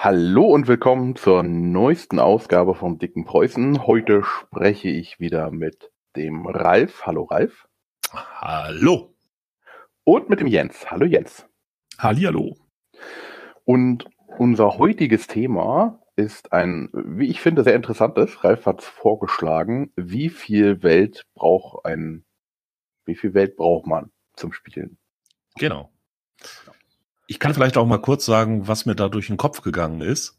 Hallo und willkommen zur neuesten Ausgabe vom Dicken Preußen. Heute spreche ich wieder mit dem Ralf. Hallo Ralf. Hallo. Und mit dem Jens. Hallo Jens. Hallihallo. Und unser heutiges Thema ist ein, wie ich finde, sehr interessantes. Ralf hat es vorgeschlagen. Wie viel Welt braucht man zum Spielen? Genau. Ich kann vielleicht auch mal kurz sagen, was mir da durch den Kopf gegangen ist.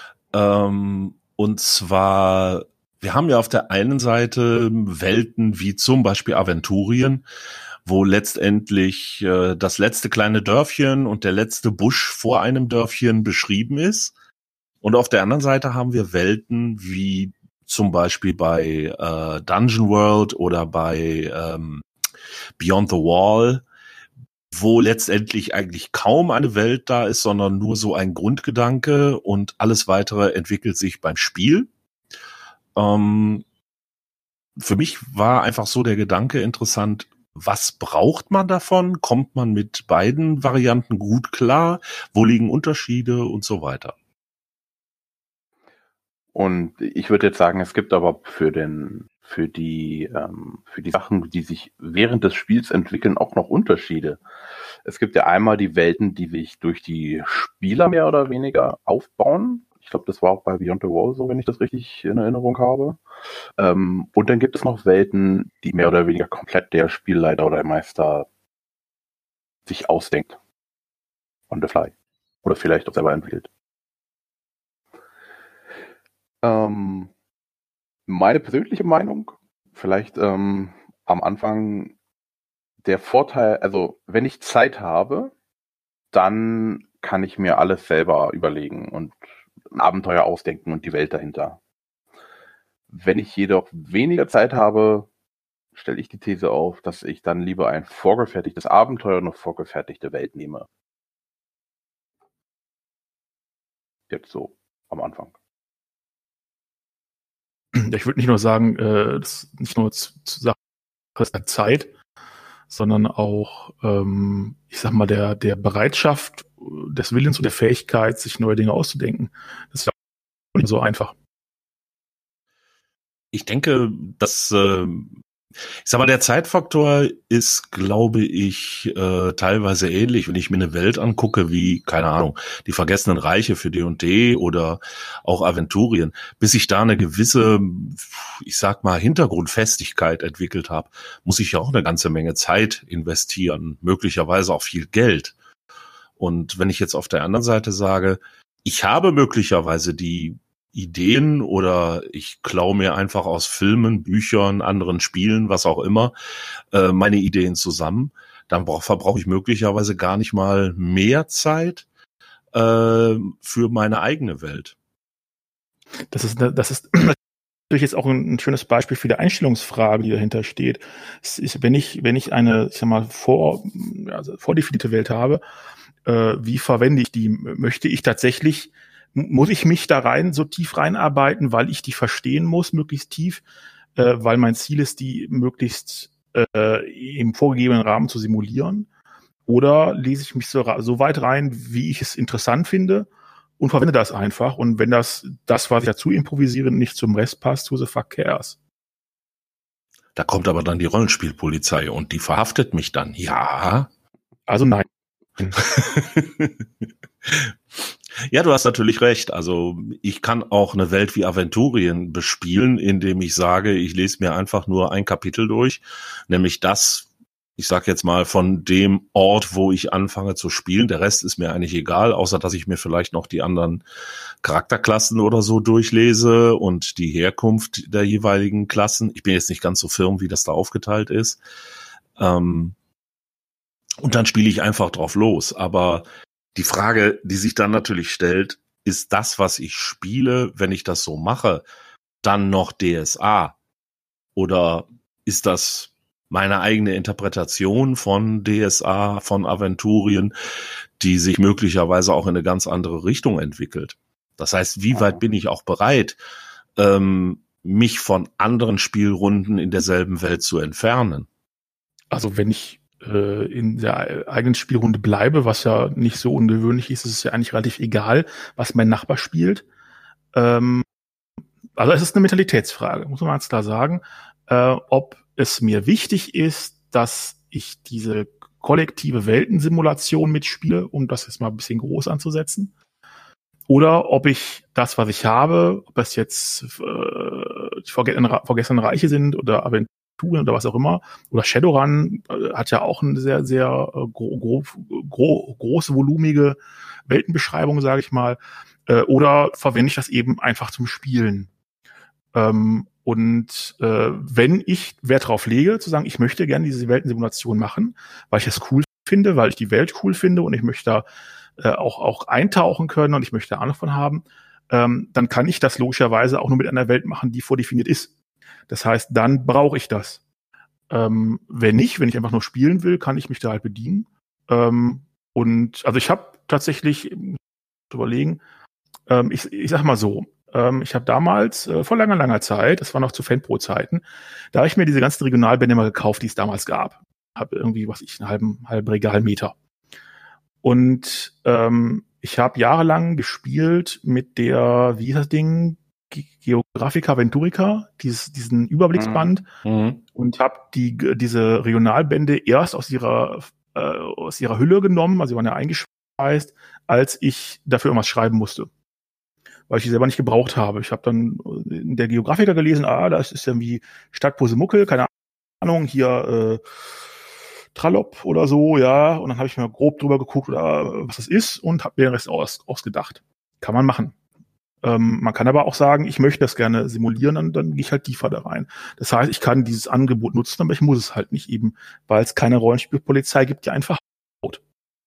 Und zwar, wir haben ja auf der einen Seite Welten wie zum Beispiel Aventurien, wo letztendlich das letzte kleine Dörfchen und der letzte Busch vor einem Dörfchen beschrieben ist. Und auf der anderen Seite haben wir Welten wie zum Beispiel bei Dungeon World oder bei Beyond the Wall, wo letztendlich eigentlich kaum eine Welt da ist, sondern nur so ein Grundgedanke und alles weitere entwickelt sich beim Spiel. Für mich war einfach so der Gedanke interessant, was braucht man davon? Kommt man mit beiden Varianten gut klar? Wo liegen Unterschiede und so weiter? Und ich würde jetzt sagen, es gibt aber für die Sachen, die sich während des Spiels entwickeln, auch noch Unterschiede. Es gibt ja einmal die Welten, die sich durch die Spieler mehr oder weniger aufbauen. Ich glaube, das war auch bei Beyond the Wall so, wenn ich das richtig in Erinnerung habe. Und dann gibt es noch Welten, die mehr oder weniger komplett der Spielleiter oder der Meister sich ausdenkt. On the fly. Oder vielleicht auch selber entwickelt. Meine persönliche Meinung, vielleicht am Anfang der Vorteil, also wenn ich Zeit habe, dann kann ich mir alles selber überlegen und ein Abenteuer ausdenken und die Welt dahinter. Wenn ich jedoch weniger Zeit habe, stelle ich die These auf, dass ich dann lieber ein vorgefertigtes Abenteuer und eine vorgefertigte Welt nehme. Jetzt so am Anfang. Ich würde nicht nur sagen, das ist nicht nur zu Sache der Zeit, sondern auch, ich sag mal, der Bereitschaft, des Willens und der Fähigkeit, sich neue Dinge auszudenken. Das ist ja nicht so einfach. Ich denke, dass ich sag mal, der Zeitfaktor ist, glaube ich, teilweise ähnlich, wenn ich mir eine Welt angucke, wie, keine Ahnung, die Vergessenen Reiche für D&D oder auch Aventurien, bis ich da eine gewisse, ich sag mal, Hintergrundfestigkeit entwickelt habe, muss ich ja auch eine ganze Menge Zeit investieren, möglicherweise auch viel Geld. Und wenn ich jetzt auf der anderen Seite sage, ich habe möglicherweise die Ideen oder ich klaue mir einfach aus Filmen, Büchern, anderen Spielen, was auch immer, meine Ideen zusammen, dann verbrauche ich möglicherweise gar nicht mal mehr Zeit für meine eigene Welt. Das ist natürlich jetzt auch ein schönes Beispiel für die Einstellungsfrage, die dahinter steht. Es ist, wenn ich eine, ich sag mal, vordefinierte Welt habe, wie verwende ich die? Möchte ich tatsächlich, muss ich mich da so tief reinarbeiten, weil ich die verstehen muss, möglichst tief, weil mein Ziel ist, die möglichst im vorgegebenen Rahmen zu simulieren? Oder lese ich mich so weit rein, wie ich es interessant finde und verwende das einfach? Und wenn das, was ich dazu improvisiere, nicht zum Rest passt, who the fuck cares? Da kommt aber dann die Rollenspielpolizei und die verhaftet mich dann. Ja. Also nein. Ja, du hast natürlich recht. Also ich kann auch eine Welt wie Aventurien bespielen, indem ich sage, ich lese mir einfach nur ein Kapitel durch, nämlich das, ich sag jetzt mal, von dem Ort, wo ich anfange zu spielen. Der Rest ist mir eigentlich egal, außer dass ich mir vielleicht noch die anderen Charakterklassen oder so durchlese und die Herkunft der jeweiligen Klassen. Ich bin jetzt nicht ganz so firm, wie das da aufgeteilt ist. Und dann spiele ich einfach drauf los. Aber die Frage, die sich dann natürlich stellt, ist das, was ich spiele, wenn ich das so mache, dann noch DSA? Oder ist das meine eigene Interpretation von DSA, von Aventurien, die sich möglicherweise auch in eine ganz andere Richtung entwickelt? Das heißt, wie weit bin ich auch bereit, mich von anderen Spielrunden in derselben Welt zu entfernen? Also wenn ich in der eigenen Spielrunde bleibe, was ja nicht so ungewöhnlich ist. Es ist ja eigentlich relativ egal, was mein Nachbar spielt. Also es ist eine Mentalitätsfrage, muss man ganz klar sagen, ob es mir wichtig ist, dass ich diese kollektive Weltensimulation mitspiele, um das jetzt mal ein bisschen groß anzusetzen. Oder ob ich das, was ich habe, ob das jetzt die Vergessenen Reiche sind oder Aventuren oder was auch immer, oder Shadowrun hat ja auch eine sehr, sehr große, volumige Weltenbeschreibung, sage ich mal. Oder verwende ich das eben einfach zum Spielen? Wenn ich Wert darauf lege, zu sagen, ich möchte gerne diese Weltensimulation machen, weil ich es cool finde, weil ich die Welt cool finde und ich möchte da auch eintauchen können und ich möchte Ahnung von haben, dann kann ich das logischerweise auch nur mit einer Welt machen, die vordefiniert ist. Das heißt, dann brauche ich das. Wenn nicht, wenn ich einfach nur spielen will, kann ich mich da halt bedienen. Also ich habe tatsächlich überlegen, ich sag mal so, ich habe damals vor langer Zeit, das war noch zu Fanpro-Zeiten, da habe ich mir diese ganzen Regionalbände mal gekauft, die es damals gab. Habe irgendwie, einen halben Regalmeter. Und ich habe jahrelang gespielt mit der, wie hieß das Ding, Geographica Venturica, diesen Überblicksband, und habe diese Regionalbände erst aus ihrer Hülle genommen, also sie waren ja eingeschweißt, als ich dafür irgendwas schreiben musste, weil ich die selber nicht gebraucht habe. Ich habe dann in der Geographica gelesen, das ist irgendwie Stadt Posemuckel, keine Ahnung, hier Trallop oder so, ja, und dann habe ich mir grob drüber geguckt, was das ist, und habe mir den Rest ausgedacht. Kann man machen. Man kann aber auch sagen, ich möchte das gerne simulieren, und dann gehe ich halt tiefer da rein. Das heißt, ich kann dieses Angebot nutzen, aber ich muss es halt nicht, eben, weil es keine Rollenspielpolizei gibt, die einfach haut.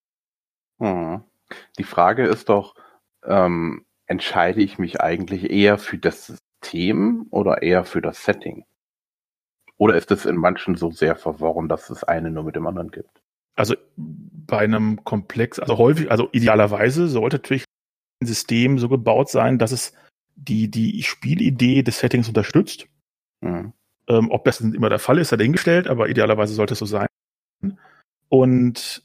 Die Frage ist doch, entscheide ich mich eigentlich eher für das System oder eher für das Setting? Oder ist es in manchen so sehr verworren, dass es eine nur mit dem anderen gibt? Also bei einem Komplex, also idealerweise sollte natürlich ein System so gebaut sein, dass es die Spielidee des Settings unterstützt. Ob das immer der Fall ist, sei dahingestellt, aber idealerweise sollte es so sein. Und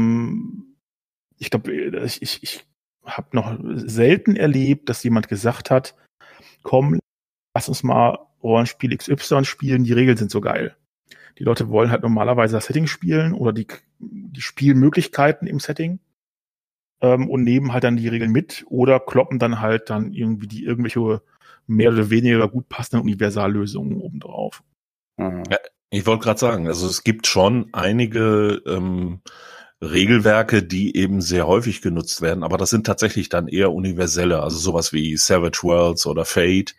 ich glaube, ich habe noch selten erlebt, dass jemand gesagt hat, komm, lass uns mal Rollenspiel XY spielen, die Regeln sind so geil. Die Leute wollen halt normalerweise das Setting spielen oder die Spielmöglichkeiten im Setting und nehmen halt dann die Regeln mit oder kloppen dann halt dann irgendwie irgendwelche mehr oder weniger gut passenden Universallösungen obendrauf. Ja, ich wollte gerade sagen, also es gibt schon einige Regelwerke, die eben sehr häufig genutzt werden, aber das sind tatsächlich dann eher universelle, also sowas wie Savage Worlds oder Fate,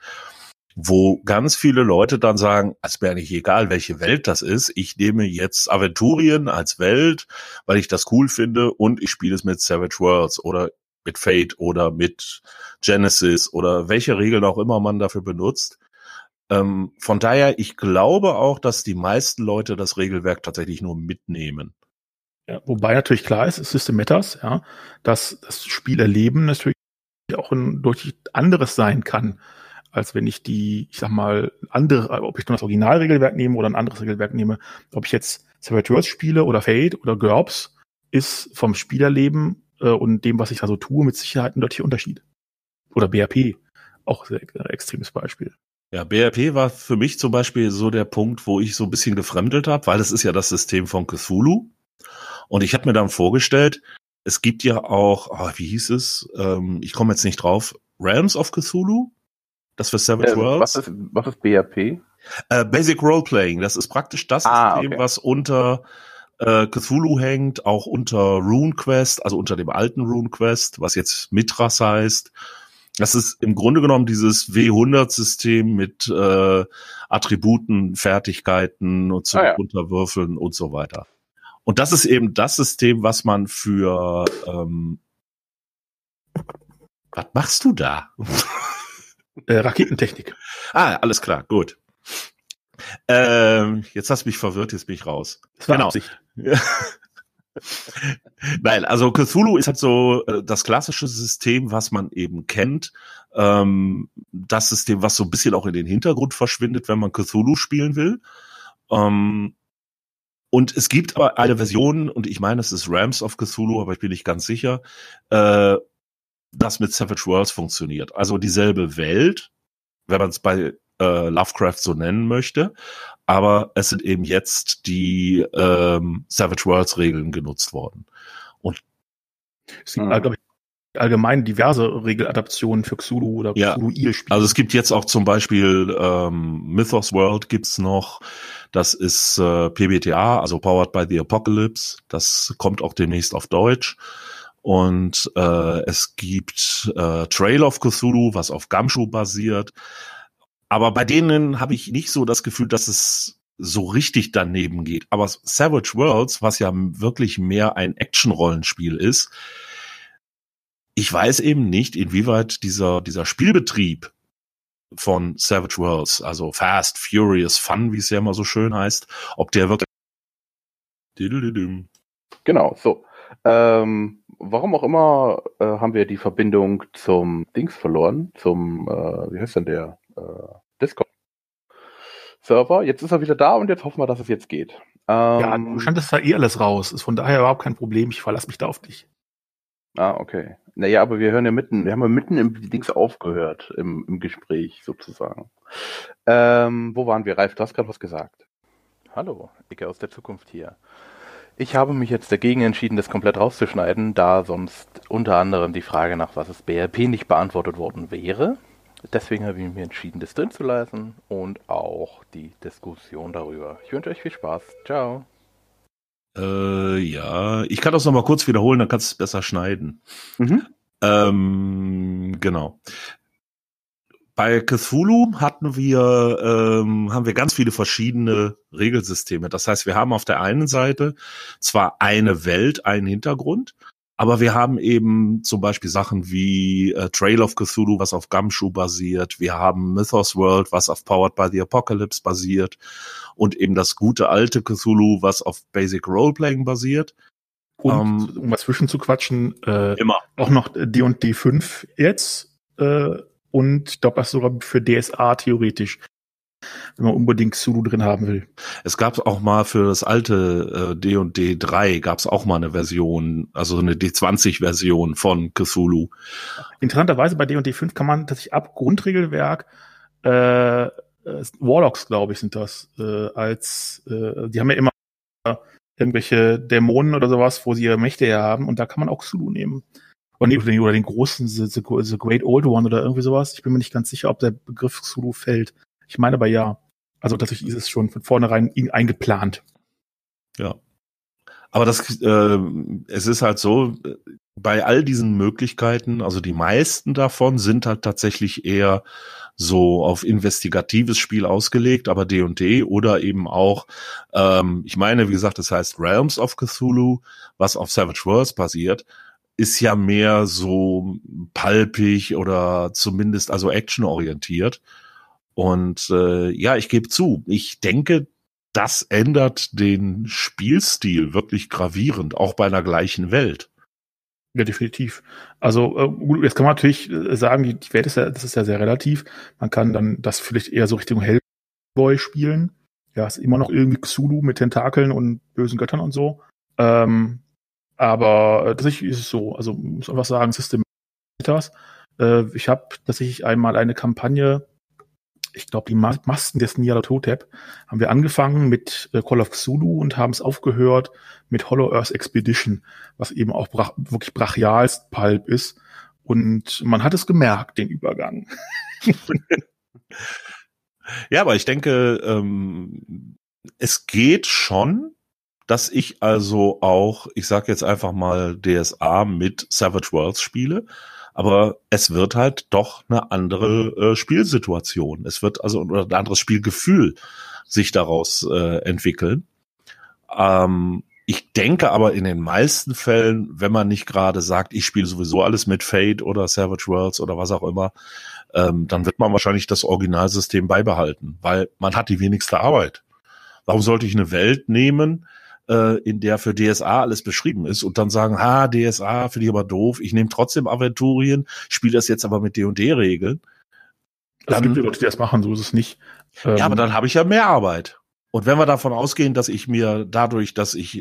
wo ganz viele Leute dann sagen, es wäre nicht egal, welche Welt das ist, ich nehme jetzt Aventurien als Welt, weil ich das cool finde, und ich spiele es mit Savage Worlds oder mit Fate oder mit Genesis oder welche Regeln auch immer man dafür benutzt. Von daher, ich glaube auch, dass die meisten Leute das Regelwerk tatsächlich nur mitnehmen. Ja, wobei natürlich klar ist, System Matters, ja, dass das Spielerleben natürlich auch ein deutlich anderes sein kann, als wenn ich ob ich nur das Originalregelwerk nehme oder ein anderes Regelwerk nehme. Ob ich jetzt Savage Worlds spiele oder Fate oder GURPS, ist vom Spielerleben und dem, was ich da so tue, mit Sicherheit ein deutlicher Unterschied. Oder BRP, auch ein sehr extremes Beispiel. Ja, BRP war für mich zum Beispiel so der Punkt, wo ich so ein bisschen gefremdelt habe, weil es ist ja das System von Cthulhu. Und ich habe mir dann vorgestellt, es gibt ja auch, wie hieß es? Ich komme jetzt nicht drauf. Realms of Cthulhu? Das für Savage Worlds? Was ist BRP? Basic Roleplaying. Das ist praktisch das System, okay, was unter Cthulhu hängt, auch unter RuneQuest, also unter dem alten RuneQuest, was jetzt Mithras heißt. Das ist im Grunde genommen dieses W100-System mit Attributen, Fertigkeiten und zum Runterwürfeln und so weiter. Und das ist eben das System, was man für was machst du da? Raketentechnik. Alles klar, gut. Jetzt hast du mich verwirrt, jetzt bin ich raus. Das war Absicht. Nein, also Cthulhu ist halt so das klassische System, was man eben kennt. Das System, was so ein bisschen auch in den Hintergrund verschwindet, wenn man Cthulhu spielen will. Und es gibt aber eine Version, und ich meine, es ist Realms of Cthulhu, aber ich bin nicht ganz sicher, das mit Savage Worlds funktioniert. Also dieselbe Welt, wenn man es bei Lovecraft so nennen möchte, aber es sind eben jetzt die Savage Worlds Regeln genutzt worden. Und es gibt, glaube ich, allgemein diverse Regeladaptionen für Cthulhu oder Cthulhu-Spiele. Also es gibt jetzt auch zum Beispiel Mythos World gibt's noch. Das ist PBTA, also Powered by the Apocalypse. Das kommt auch demnächst auf Deutsch. Und es gibt Trail of Cthulhu, was auf Gumshoe basiert. Aber bei denen habe ich nicht so das Gefühl, dass es so richtig daneben geht. Aber Savage Worlds, was ja wirklich mehr ein Action-Rollenspiel ist, ich weiß eben nicht, inwieweit dieser Spielbetrieb von Savage Worlds, also Fast, Furious, Fun, wie es ja immer so schön heißt, ob der wirklich... Genau, so. Warum auch immer haben wir die Verbindung zum Dings verloren, zum, wie heißt denn der, Discord-Server. Jetzt ist er wieder da und jetzt hoffen wir, dass es jetzt geht. Ja, du standest da alles raus. Ist von daher überhaupt kein Problem. Ich verlasse mich da auf dich. Ah, okay. Naja, aber wir haben ja mitten im Dings aufgehört, im Gespräch sozusagen. Wo waren wir? Ralf, du hast gerade was gesagt. Hallo, Icke aus der Zukunft hier. Ich habe mich jetzt dagegen entschieden, das komplett rauszuschneiden, da sonst unter anderem die Frage nach was ist BRP nicht beantwortet worden wäre. Deswegen habe ich mich entschieden, das drin zu lassen und auch die Diskussion darüber. Ich wünsche euch viel Spaß. Ciao. Ja, ich kann das nochmal kurz wiederholen, dann kannst du es besser schneiden. Genau. Bei Cthulhu haben wir ganz viele verschiedene Regelsysteme. Das heißt, wir haben auf der einen Seite zwar eine Welt, einen Hintergrund, aber wir haben eben zum Beispiel Sachen wie Trail of Cthulhu, was auf Gumshoe basiert. Wir haben Mythos World, was auf Powered by the Apocalypse basiert. Und eben das gute alte Cthulhu, was auf Basic Roleplaying basiert. Und um was zwischenzuquatschen, immer. Auch noch D&D 5 jetzt. Und ich glaube, das sogar für DSA theoretisch, wenn man unbedingt Cthulhu drin haben will. Es gab auch mal für das alte D&D 3 gab es auch mal eine Version, also eine D20-Version von Cthulhu. Interessanterweise bei D&D 5 kann man tatsächlich ab Grundregelwerk Warlocks, glaube ich, sind das, die haben ja immer irgendwelche Dämonen oder sowas, wo sie ihre Mächte her haben, und da kann man auch Cthulhu nehmen. Oder den großen, the Great Old One oder irgendwie sowas. Ich bin mir nicht ganz sicher, ob der Begriff Cthulhu fällt. Ich meine aber ja. Also tatsächlich ist es schon von vornherein eingeplant. Ja. Aber es ist halt so, bei all diesen Möglichkeiten, also die meisten davon sind halt tatsächlich eher so auf investigatives Spiel ausgelegt, aber D&D oder eben auch, ich meine, wie gesagt, das heißt Realms of Cthulhu, was auf Savage Worlds basiert, ist ja mehr so pulpig oder zumindest also actionorientiert. Und ja, ich gebe zu, ich denke, das ändert den Spielstil wirklich gravierend, auch bei einer gleichen Welt. Ja, definitiv. Also gut, jetzt kann man natürlich sagen, die Welt ist ja, das ist ja sehr relativ. Man kann dann das vielleicht eher so Richtung Hellboy spielen. Ja, ist immer noch irgendwie Cthulhu mit Tentakeln und bösen Göttern und so. Aber tatsächlich ist es so. Also muss einfach sagen, System Matters. Ich habe tatsächlich einmal eine Kampagne, ich glaube, die Masken des Nyarlathotep, haben wir angefangen mit Call of Cthulhu und haben es aufgehört mit Hollow Earth Expedition, was eben auch wirklich brachialst Pulp ist. Und man hat es gemerkt, den Übergang. Ja, aber ich denke, es geht schon, dass ich also auch, ich sage jetzt einfach mal DSA mit Savage Worlds spiele, aber es wird halt doch eine andere Spielsituation. Es wird also ein anderes Spielgefühl sich daraus entwickeln. Ich denke aber in den meisten Fällen, wenn man nicht gerade sagt, ich spiele sowieso alles mit Fate oder Savage Worlds oder was auch immer, dann wird man wahrscheinlich das Originalsystem beibehalten, weil man hat die wenigste Arbeit. Warum sollte ich eine Welt nehmen, in der für DSA alles beschrieben ist und dann sagen, DSA finde ich aber doof, ich nehme trotzdem Aventurien, spiele das jetzt aber mit D&D-Regeln. Es gibt Leute, die das machen, so ist es nicht. Ja, aber dann habe ich ja mehr Arbeit. Und wenn wir davon ausgehen, dass ich mir dadurch, dass ich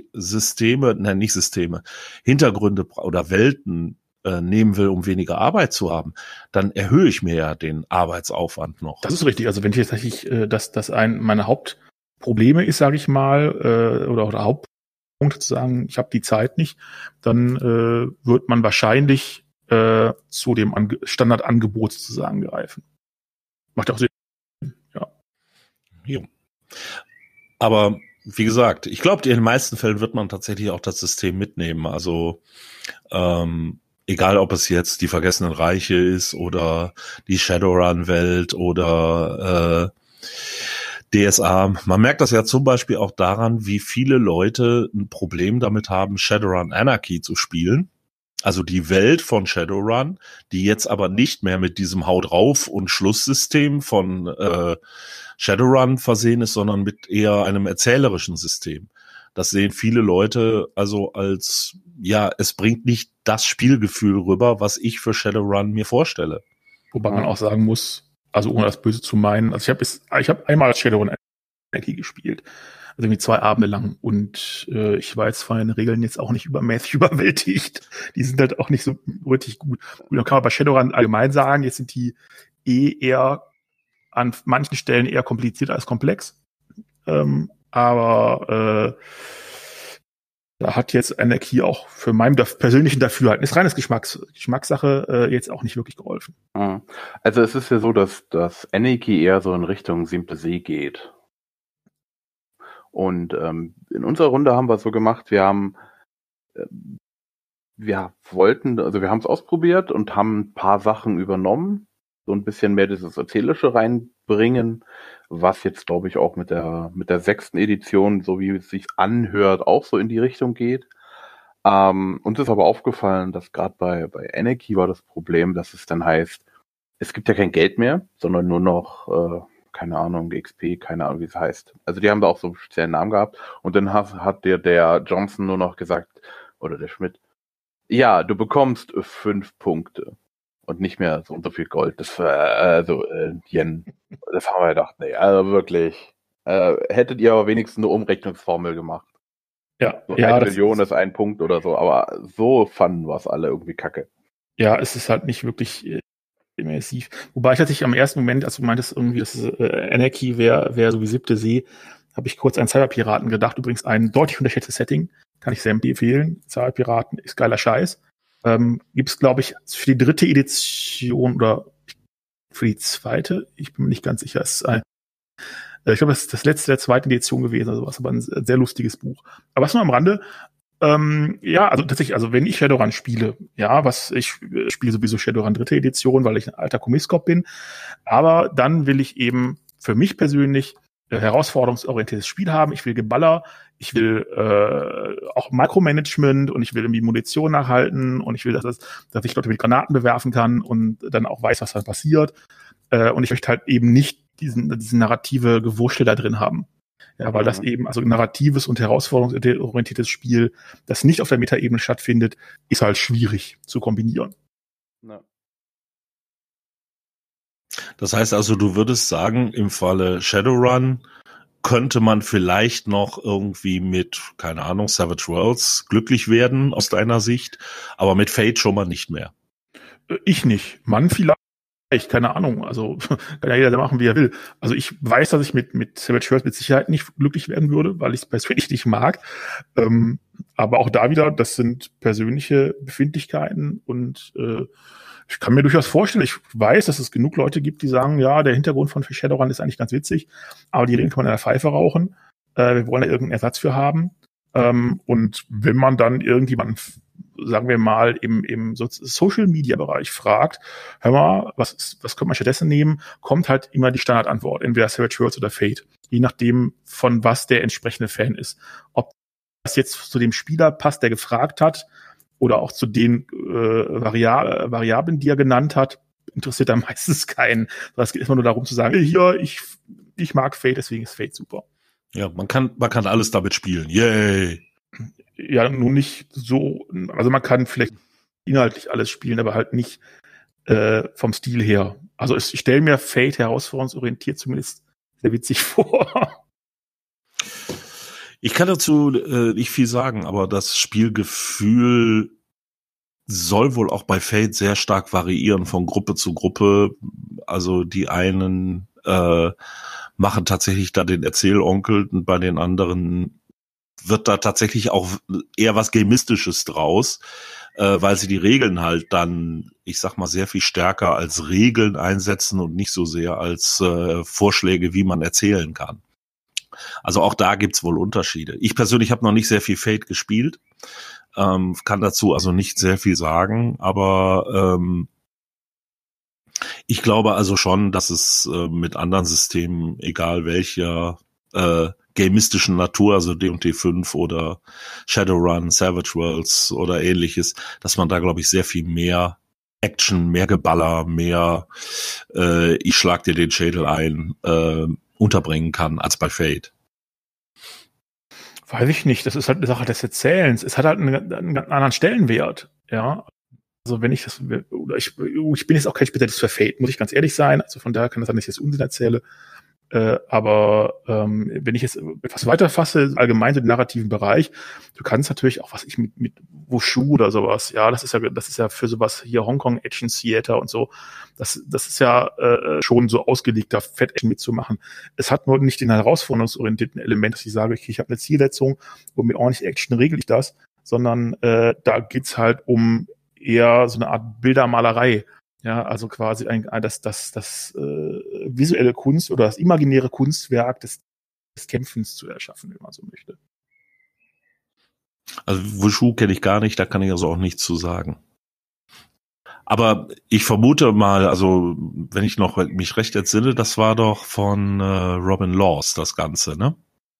Hintergründe oder Welten nehmen will, um weniger Arbeit zu haben, dann erhöhe ich mir ja den Arbeitsaufwand noch. Das ist richtig. Also wenn ich jetzt tatsächlich, dass ein meiner Hauptprobleme ist, sage ich mal, oder Hauptpunkt zu sagen, ich habe die Zeit nicht, dann wird man wahrscheinlich zu dem Standardangebot sozusagen greifen. Macht auch Sinn. Ja. Jo. Aber wie gesagt, ich glaube, in den meisten Fällen wird man tatsächlich auch das System mitnehmen. Also egal, ob es jetzt die Vergessenen Reiche ist oder die Shadowrun-Welt oder DSA. Man merkt das ja zum Beispiel auch daran, wie viele Leute ein Problem damit haben, Shadowrun Anarchy zu spielen. Also die Welt von Shadowrun, die jetzt aber nicht mehr mit diesem Haut rauf und Schlusssystem von Shadowrun versehen ist, sondern mit eher einem erzählerischen System. Das sehen viele Leute also als, ja, es bringt nicht das Spielgefühl rüber, was ich für Shadowrun mir vorstelle. Wobei man auch sagen muss, also ohne das Böse zu meinen, also ich habe einmal Shadowrun Anarchy gespielt, also irgendwie 2 Abende lang, und ich war jetzt von den Regeln jetzt auch nicht übermäßig überwältigt. Die sind halt auch nicht so richtig gut. Und dann kann man bei Shadowrun allgemein sagen, jetzt sind die eher an manchen Stellen eher kompliziert als komplex. Aber da hat jetzt Anarchy auch für meinem persönlichen Dafürhalten, ist reines Geschmackssache, jetzt auch nicht wirklich geholfen. Also es ist ja so, dass Anarchy eher so in Richtung simple See geht. Und in unserer Runde haben wir so gemacht, wir haben es ausprobiert und haben ein paar Sachen übernommen, so ein bisschen mehr dieses Erzählische reinbringen, was jetzt, glaube ich, auch mit der 6. Edition, so wie es sich anhört, auch so in die Richtung geht. Uns ist aber aufgefallen, dass gerade bei Anarchy war das Problem, dass es dann heißt, es gibt ja kein Geld mehr, sondern nur noch, keine Ahnung, XP, keine Ahnung, wie es heißt. Also die haben da auch so einen speziellen Namen gehabt. Und dann hat der Johnson nur noch gesagt, oder der Schmidt, ja, du bekommst 5 Punkte. Und nicht mehr so und so viel Gold. Das war, Yen. Das haben wir gedacht, nee, also wirklich. Hättet ihr aber wenigstens eine Umrechnungsformel gemacht. Ja, so ja. 1 Million ist 1 Punkt oder so, aber so fanden wir es alle irgendwie kacke. Ja, es ist halt nicht wirklich immersiv. Wobei ich tatsächlich am ersten Moment, als du meintest irgendwie, dass Anarchy wäre so wie 7. See, habe ich kurz an Cyberpiraten gedacht. Übrigens ein deutlich unterschätztes Setting. Kann ich sehr empfehlen. Cyberpiraten ist geiler Scheiß. Gibt es, glaube ich, für die 3. Edition oder für die 2. Ich bin mir nicht ganz sicher. Ich glaube, das ist das letzte der 2. Edition gewesen, also was, aber ein sehr lustiges Buch. Aber was nur am Rande. Ja, also tatsächlich, also wenn ich Shadowrun spiele, ja, ich spiele sowieso Shadowrun 3. Edition, weil ich ein alter Kommisskop bin, aber dann will ich eben für mich persönlich herausforderungsorientiertes Spiel haben. Ich will Geballer, ich will auch Micromanagement, und ich will irgendwie Munition nachhalten, und ich will, dass ich Leute mit Granaten bewerfen kann und dann auch weiß, was da passiert. Und ich möchte halt eben nicht diesen narrative Gewurschtel da drin haben. Ja, weil das eben, also narratives und herausforderungsorientiertes Spiel, das nicht auf der Metaebene stattfindet, ist halt schwierig zu kombinieren. Ja. Das heißt also, du würdest sagen, im Falle Shadowrun könnte man vielleicht noch irgendwie mit, keine Ahnung, Savage Worlds glücklich werden aus deiner Sicht, aber mit Fate schon mal nicht mehr. Ich nicht. Mann vielleicht, keine Ahnung. Also kann ja jeder machen, wie er will. Also ich weiß, dass ich mit Savage Worlds mit Sicherheit nicht glücklich werden würde, weil ich es persönlich nicht mag. Aber auch da wieder, das sind persönliche Befindlichkeiten, und ich kann mir durchaus vorstellen, ich weiß, dass es genug Leute gibt, die sagen, ja, der Hintergrund von Shadowrun ist eigentlich ganz witzig, aber die Regeln kann man in der Pfeife rauchen. Wir wollen da irgendeinen Ersatz für haben. Und wenn man dann irgendjemanden, sagen wir mal, im Social-Media-Bereich fragt, hör mal, was könnte man stattdessen nehmen, kommt halt immer die Standardantwort, entweder Savage Worlds oder Fate, je nachdem, von was der entsprechende Fan ist. Ob das jetzt zu dem Spieler passt, der gefragt hat, oder auch zu den Variablen, die er genannt hat, interessiert dann meistens keinen. Es geht immer nur darum zu sagen, hier, ich mag Fate, deswegen ist Fate super. Ja, man kann alles damit spielen. Yay! Ja, nun nicht so, also man kann vielleicht inhaltlich alles spielen, aber halt nicht vom Stil her. Also ich stelle mir Fate herausforderungsorientiert zumindest sehr witzig vor. Ich kann dazu nicht viel sagen, aber das Spielgefühl soll wohl auch bei Fate sehr stark variieren von Gruppe zu Gruppe. Also die einen machen tatsächlich da den Erzählonkel und bei den anderen wird da tatsächlich auch eher was Gamistisches draus, weil sie die Regeln halt dann, ich sag mal, sehr viel stärker als Regeln einsetzen und nicht so sehr als Vorschläge, wie man erzählen kann. Also auch da gibt's wohl Unterschiede. Ich persönlich habe noch nicht sehr viel Fate gespielt, kann dazu also nicht sehr viel sagen, aber ich glaube also schon, dass es mit anderen Systemen, egal welcher gamistischen Natur, also D&D 5 oder Shadowrun, Savage Worlds oder ähnliches, dass man da, glaube ich, sehr viel mehr Action, mehr Geballer, mehr ich schlag dir den Schädel ein, unterbringen kann als bei Fate. Weiß ich nicht, das ist halt eine Sache des Erzählens. Es hat halt einen anderen Stellenwert, ja. Also wenn ich das, oder ich bin jetzt auch kein Spezialist für Fate, muss ich ganz ehrlich sein. Also von daher kann das sein, dass ich jetzt Unsinn erzähle. Aber wenn ich jetzt etwas weiter fasse, allgemein so den narrativen Bereich, du kannst natürlich auch, was ich mit Wushu oder sowas, ja, das ist ja für sowas hier Hongkong Action Theater und so, das ist ja schon so ausgelegt, da Fett-Action mitzumachen. Es hat nur nicht den herausforderungsorientierten Element, dass ich sage, ich habe eine Zielsetzung, wo mir ordentlich Action regel ich das, sondern da geht's halt um eher so eine Art Bildermalerei. Ja, also quasi das visuelle Kunst oder das imaginäre Kunstwerk des Kämpfens zu erschaffen, wenn man so möchte. Also Wushu kenne ich gar nicht, da kann ich also auch nichts zu sagen. Aber ich vermute mal, also wenn ich noch mich recht entsinne, das war doch von Robin Laws das Ganze, ne?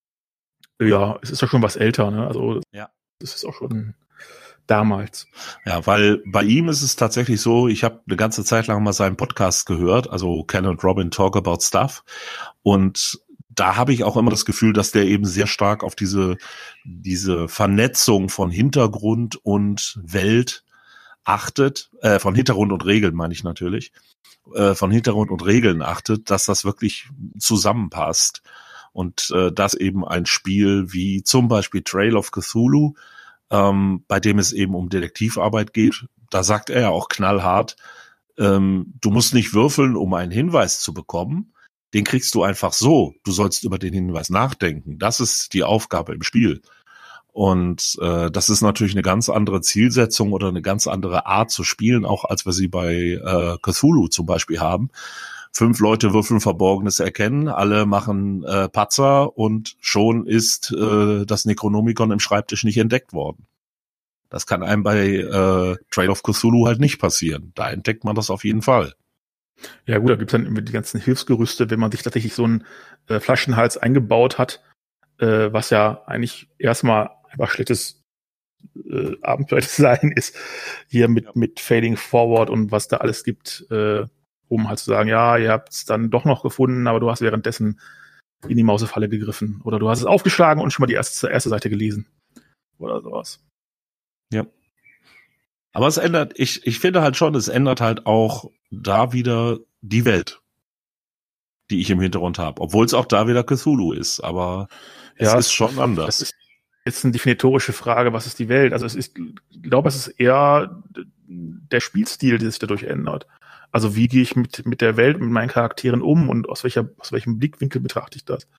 Ja, es ist doch schon was älter, ne? Also ja, das ist auch schon damals. Ja, weil bei ihm ist es tatsächlich so, ich habe eine ganze Zeit lang mal seinen Podcast gehört, also Ken und Robin Talk About Stuff, und da habe ich auch immer das Gefühl, dass der eben sehr stark auf diese Vernetzung von Hintergrund und Welt achtet, von Hintergrund und Regeln meine ich natürlich, von Hintergrund und Regeln achtet, dass das wirklich zusammenpasst und dass eben ein Spiel wie zum Beispiel Trail of Cthulhu, bei dem es eben um Detektivarbeit geht, da sagt er ja auch knallhart, du musst nicht würfeln, um einen Hinweis zu bekommen, den kriegst du einfach so, du sollst über den Hinweis nachdenken, das ist die Aufgabe im Spiel. Und das ist natürlich eine ganz andere Zielsetzung oder eine ganz andere Art zu spielen, auch als wir sie bei Cthulhu zum Beispiel haben. 5 Leute würfeln Verborgenes erkennen, alle machen Patzer und schon ist das Necronomicon im Schreibtisch nicht entdeckt worden. Das kann einem bei Trail of Cthulhu halt nicht passieren. Da entdeckt man das auf jeden Fall. Ja gut, da gibt's dann immer die ganzen Hilfsgerüste, wenn man sich tatsächlich so einen Flaschenhals eingebaut hat, was ja eigentlich erstmal einfach schlechtes Abenteuerdesign ist, hier mit Fading Forward und was da alles gibt, um halt zu sagen, ja, ihr habt es dann doch noch gefunden, aber du hast währenddessen in die Mausefalle gegriffen. Oder du hast es aufgeschlagen und schon mal die erste Seite gelesen. Oder sowas. Ja. Aber es ändert, ich finde halt schon, es ändert halt auch da wieder die Welt, die ich im Hintergrund habe. Obwohl es auch da wieder Cthulhu ist, aber es ist schon anders. Das ist jetzt eine definitorische Frage, was ist die Welt? Also ich glaube, es ist eher der Spielstil, der sich dadurch ändert. Also wie gehe ich mit der Welt, mit meinen Charakteren um und aus welchem Blickwinkel betrachte ich das?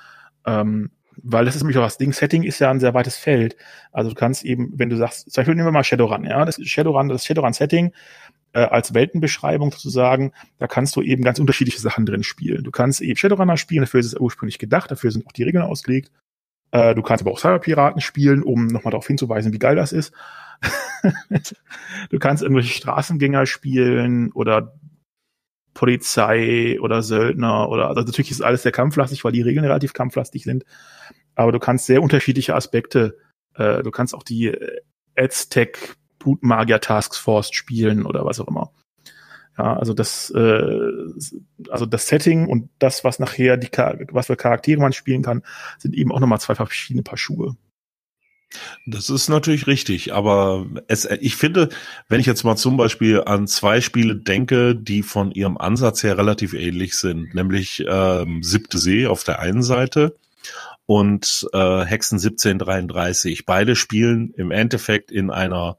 Weil das ist nämlich auch das Ding, Setting ist ja ein sehr weites Feld. Also du kannst eben, wenn du sagst, zum Beispiel nehmen wir mal Shadowrun, ja, das Shadowrun-Setting als Weltenbeschreibung sozusagen, da kannst du eben ganz unterschiedliche Sachen drin spielen. Du kannst eben Shadowrunner spielen, dafür ist es ursprünglich gedacht, dafür sind auch die Regeln ausgelegt. Du kannst aber auch Cyberpiraten spielen, um nochmal darauf hinzuweisen, wie geil das ist. Du kannst irgendwelche Straßengänger spielen oder Polizei oder Söldner oder, also natürlich ist alles sehr kampflastig, weil die Regeln relativ kampflastig sind. Aber du kannst sehr unterschiedliche Aspekte, du kannst auch die Aztec Blutmagier Task Force spielen oder was auch immer. Ja, also das Setting und das, was nachher was für Charaktere man spielen kann, sind eben auch nochmal 2 verschiedene Paar Schuhe. Das ist natürlich richtig, aber ich finde, wenn ich jetzt mal zum Beispiel an 2 Spiele denke, die von ihrem Ansatz her relativ ähnlich sind, nämlich Siebte See auf der einen Seite und Hexen 1733. Beide spielen im Endeffekt in einer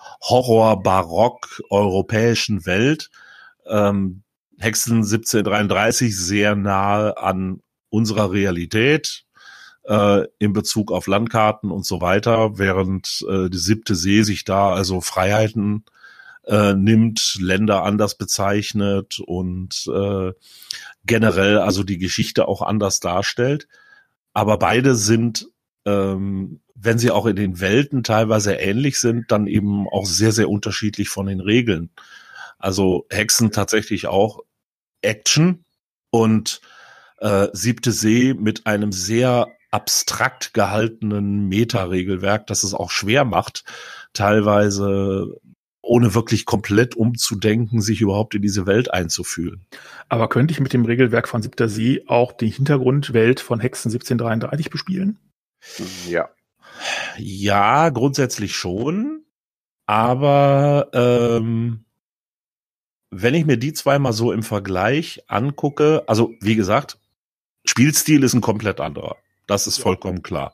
Horror-Barock-europäischen Welt. Hexen 1733 sehr nahe an unserer Realität in Bezug auf Landkarten und so weiter, während die siebte See sich da also Freiheiten nimmt, Länder anders bezeichnet und generell also die Geschichte auch anders darstellt. Aber beide sind, wenn sie auch in den Welten teilweise ähnlich sind, dann eben auch sehr, sehr unterschiedlich von den Regeln. Also Hexen tatsächlich auch Action und siebte See mit einem sehr abstrakt gehaltenen Meta-Regelwerk, das es auch schwer macht, teilweise ohne wirklich komplett umzudenken, sich überhaupt in diese Welt einzufühlen. Aber könnte ich mit dem Regelwerk von siebter See auch die Hintergrundwelt von Hexen 1733 bespielen? Ja. Ja, grundsätzlich schon. Aber wenn ich mir die zwei mal so im Vergleich angucke, also wie gesagt, Spielstil ist ein komplett anderer. Das ist vollkommen klar.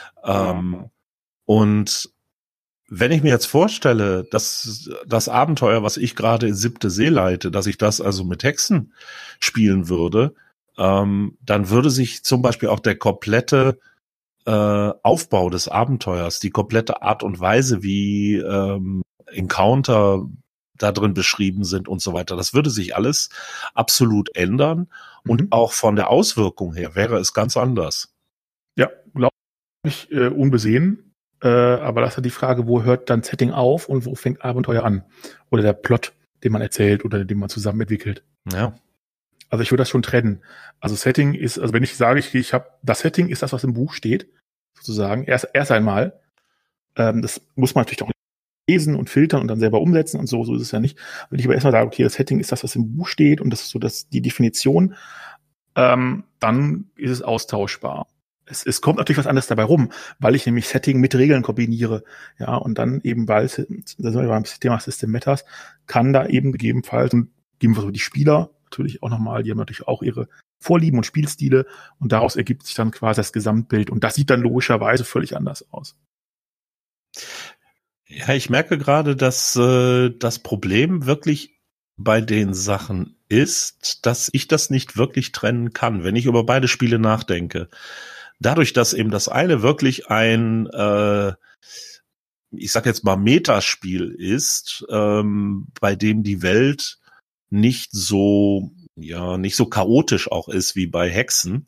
Und wenn ich mir jetzt vorstelle, dass das Abenteuer, was ich gerade in siebte See leite, dass ich das also mit Hexen spielen würde, dann würde sich zum Beispiel auch der komplette Aufbau des Abenteuers, die komplette Art und Weise, wie Encounter da drin beschrieben sind und so weiter, das würde sich alles absolut ändern. Und auch von der Auswirkung her wäre es ganz anders. Ja, glaube ich, unbesehen. Aber das ist ja die Frage, wo hört dann Setting auf und wo fängt Abenteuer an? Oder der Plot, den man erzählt oder den man zusammen entwickelt. Ja. Also ich würde das schon trennen. Also Setting ist, also wenn ich sage, ich habe, das Setting ist das, was im Buch steht, sozusagen, erst einmal. Das muss man natürlich auch lesen und filtern und dann selber umsetzen und so ist es ja nicht. Wenn ich aber erstmal sage, okay, das Setting ist das, was im Buch steht und das ist so die Definition, dann ist es austauschbar. Es kommt natürlich was anderes dabei rum, weil ich nämlich Setting mit Regeln kombiniere. Ja, und dann eben, weil da sind wir beim Thema System Matters, kann da eben gegebenenfalls die Spieler natürlich auch nochmal, die haben natürlich auch ihre Vorlieben und Spielstile und daraus ergibt sich dann quasi das Gesamtbild und das sieht dann logischerweise völlig anders aus. Ja, ich merke gerade, dass das Problem wirklich bei den Sachen ist, dass ich das nicht wirklich trennen kann, wenn ich über beide Spiele nachdenke. Dadurch, dass eben das eine wirklich ein, ich sag jetzt mal, Metaspiel ist, bei dem die Welt nicht so chaotisch auch ist wie bei Hexen,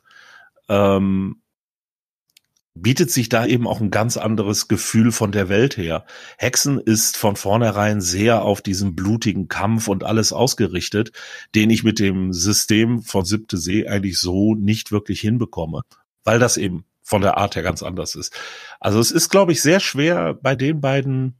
bietet sich da eben auch ein ganz anderes Gefühl von der Welt her. Hexen ist von vornherein sehr auf diesen blutigen Kampf und alles ausgerichtet, den ich mit dem System von siebte See eigentlich so nicht wirklich hinbekomme, weil das eben von der Art her ganz anders ist. Also es ist, glaube ich, sehr schwer bei den beiden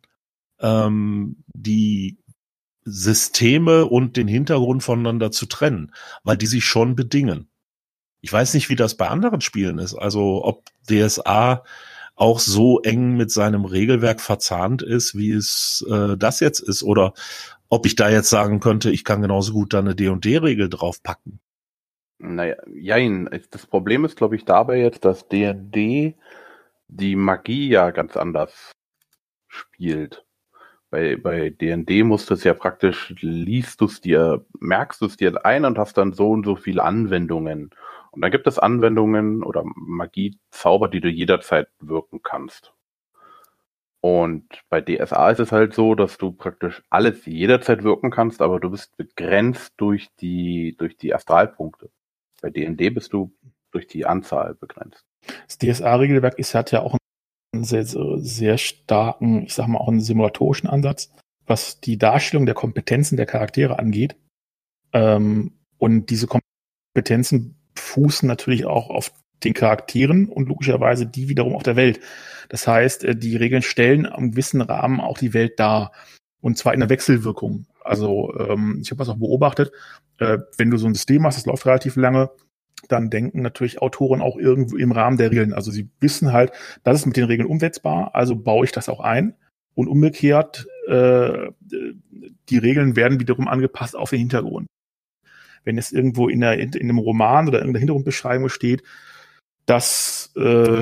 die Systeme und den Hintergrund voneinander zu trennen, weil die sich schon bedingen. Ich weiß nicht, wie das bei anderen Spielen ist. Also ob DSA auch so eng mit seinem Regelwerk verzahnt ist, wie es das jetzt ist, oder ob ich da jetzt sagen könnte, ich kann genauso gut da eine D&D-Regel draufpacken. Naja, jein. Das Problem ist, glaube ich, dabei jetzt, dass D&D die Magie ja ganz anders spielt. Bei D&D musst du es ja praktisch, merkst du es dir ein und hast dann so und so viele Anwendungen. Und dann gibt es Anwendungen oder Magie-Zauber, die du jederzeit wirken kannst. Und bei DSA ist es halt so, dass du praktisch alles jederzeit wirken kannst, aber du bist begrenzt durch die Astralpunkte. Bei D&D bist du durch die Anzahl begrenzt. Das DSA-Regelwerk hat ja auch einen sehr, sehr starken, ich sag mal auch einen simulatorischen Ansatz, was die Darstellung der Kompetenzen der Charaktere angeht. Und diese Kompetenzen fußen natürlich auch auf den Charakteren und logischerweise die wiederum auf der Welt. Das heißt, die Regeln stellen im gewissen Rahmen auch die Welt dar. Und zwar in der Wechselwirkung. Also ich habe das auch beobachtet, wenn du so ein System hast, das läuft relativ lange, dann denken natürlich Autoren auch irgendwo im Rahmen der Regeln. Also sie wissen halt, das ist mit den Regeln umsetzbar, also baue ich das auch ein. Und umgekehrt, die Regeln werden wiederum angepasst auf den Hintergrund. Wenn es irgendwo in einem Roman oder irgendeiner Hintergrundbeschreibung steht, dass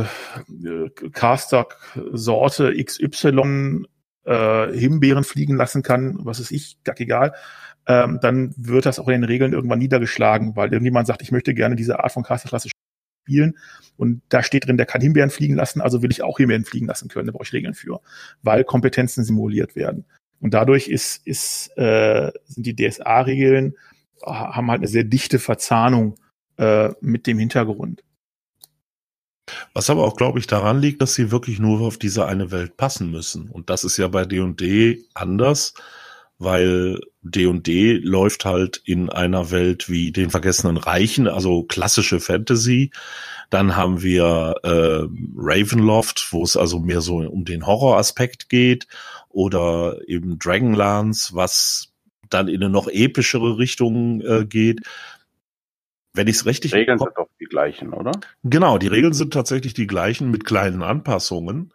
Caster-Sorte XY Himbeeren fliegen lassen kann, was ist ich, egal, dann wird das auch in den Regeln irgendwann niedergeschlagen, weil irgendjemand sagt, ich möchte gerne diese Art von Caster-Klasse spielen und da steht drin, der kann Himbeeren fliegen lassen, also will ich auch Himbeeren fliegen lassen können, da brauche ich Regeln für, weil Kompetenzen simuliert werden. Und dadurch sind die DSA-Regeln, haben halt eine sehr dichte Verzahnung mit dem Hintergrund. Was aber auch, glaube ich, daran liegt, dass sie wirklich nur auf diese eine Welt passen müssen. Und das ist ja bei D&D anders, weil D&D läuft halt in einer Welt wie den Vergessenen Reichen, also klassische Fantasy. Dann haben wir Ravenloft, wo es also mehr so um den Horroraspekt geht, oder eben Dragonlance, was dann in eine noch epischere Richtung geht. Wenn ich es richtig... Regeln sind doch die gleichen, oder? Genau, die Regeln sind tatsächlich die gleichen mit kleinen Anpassungen.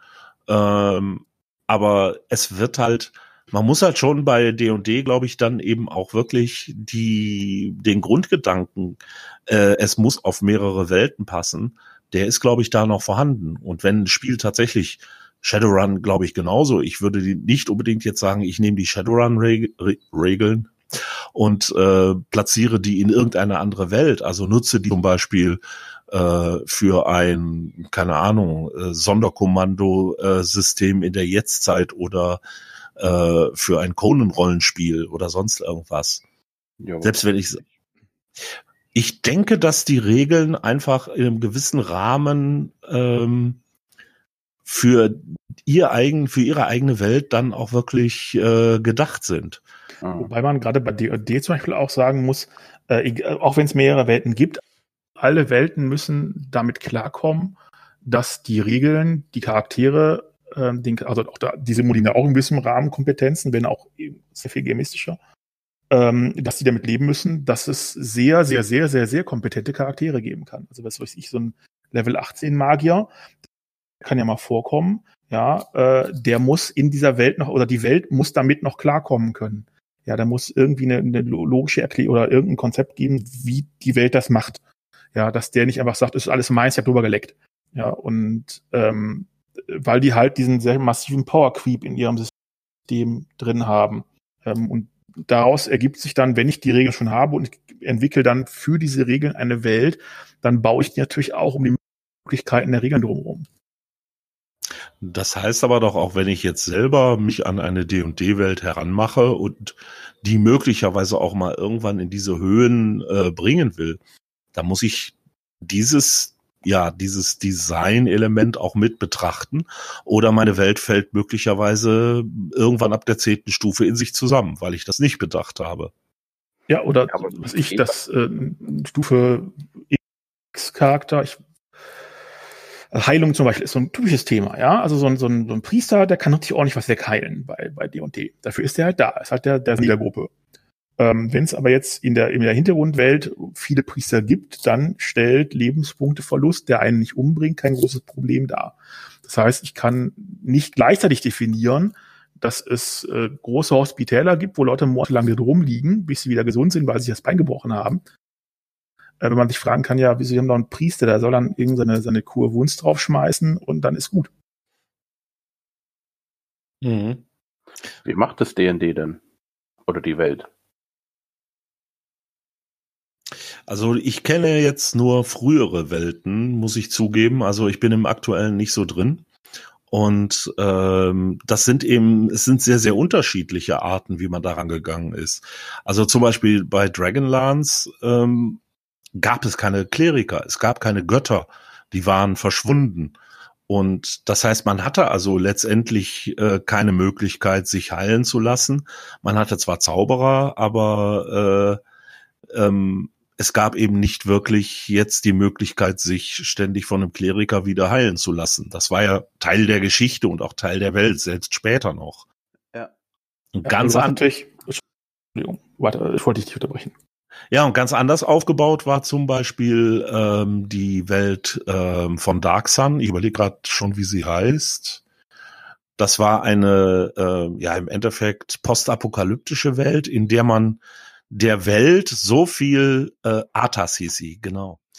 Aber es wird halt, man muss halt schon bei D&D, glaube ich, dann eben auch wirklich den Grundgedanken, es muss auf mehrere Welten passen, der ist, glaube ich, da noch vorhanden. Und wenn ein Spiel tatsächlich Shadowrun, glaube ich, genauso, ich würde nicht unbedingt jetzt sagen, ich nehme die Shadowrun-Regeln und platziere die in irgendeine andere Welt, also nutze die zum Beispiel für ein, keine Ahnung, Sonderkommando-System in der Jetztzeit oder für ein Conan-Rollenspiel oder sonst irgendwas. Ja, selbst wenn ich denke, dass die Regeln einfach in einem gewissen Rahmen für ihre eigene Welt dann auch wirklich gedacht sind. Wobei man gerade bei D&D zum Beispiel auch sagen muss, auch wenn es mehrere Welten gibt, alle Welten müssen damit klarkommen, dass die Regeln, die Charaktere, die simulieren auch in gewissem Rahmen Kompetenzen, wenn auch sehr viel gamistischer, dass die damit leben müssen, dass es sehr, sehr, sehr, sehr, sehr kompetente Charaktere geben kann. Also was weiß ich, so ein Level 18 Magier, kann ja mal vorkommen, ja, der muss in dieser Welt noch, oder die Welt muss damit noch klarkommen können. Ja, da muss irgendwie eine logische Erklärung oder irgendein Konzept geben, wie die Welt das macht. Ja, dass der nicht einfach sagt, ist alles meins, ich habe drüber geleckt. Ja, und weil die halt diesen sehr massiven Power Creep in ihrem System drin haben. Und daraus ergibt sich dann, wenn ich die Regeln schon habe und ich entwickle dann für diese Regeln eine Welt, dann baue ich die natürlich auch um die Möglichkeiten der Regeln drumherum. Das heißt aber doch auch, wenn ich jetzt selber mich an eine D&D-Welt heranmache und die möglicherweise auch mal irgendwann in diese Höhen bringen will, da muss ich dieses Design-Element auch mit betrachten, oder meine Welt fällt möglicherweise irgendwann ab der 10. Stufe in sich zusammen, weil ich das nicht bedacht habe. Ja, oder Stufe X-Charakter, Heilung zum Beispiel ist so ein typisches Thema, ja. Also so ein Priester, der kann richtig ordentlich was wegheilen bei D&D. Dafür ist der halt da, ist halt der Siegergruppe. Wenn es aber jetzt in der Hintergrundwelt viele Priester gibt, dann stellt Lebenspunkteverlust, der einen nicht umbringt, kein großes Problem dar. Das heißt, ich kann nicht gleichzeitig definieren, dass es große Hospitäler gibt, wo Leute monatelang rumliegen, bis sie wieder gesund sind, weil sie sich das Bein gebrochen haben. Wenn man sich fragen kann, ja, wieso haben da einen Priester, der soll dann seine Kur Wunst draufschmeißen und dann ist gut. Mhm. Wie macht das D&D denn? Oder die Welt? Also ich kenne jetzt nur frühere Welten, muss ich zugeben. Also ich bin im aktuellen nicht so drin. Und es sind sehr, sehr unterschiedliche Arten, wie man daran gegangen ist. Also zum Beispiel bei Dragonlance gab es keine Kleriker, es gab keine Götter, die waren verschwunden. Und das heißt, man hatte also letztendlich keine Möglichkeit, sich heilen zu lassen. Man hatte zwar Zauberer, aber es gab eben nicht wirklich jetzt die Möglichkeit, sich ständig von einem Kleriker wieder heilen zu lassen. Das war ja Teil der Geschichte und auch Teil der Welt, selbst später noch. Ja. Und ganz anders. Entschuldigung, warte, ich wollte dich nicht unterbrechen. Ja, und ganz anders aufgebaut war zum Beispiel die Welt von Dark Sun. Ich überlege gerade schon, wie sie heißt. Das war eine, im Endeffekt postapokalyptische Welt, in der man der Welt so viel, Arthas hieß sie, genau,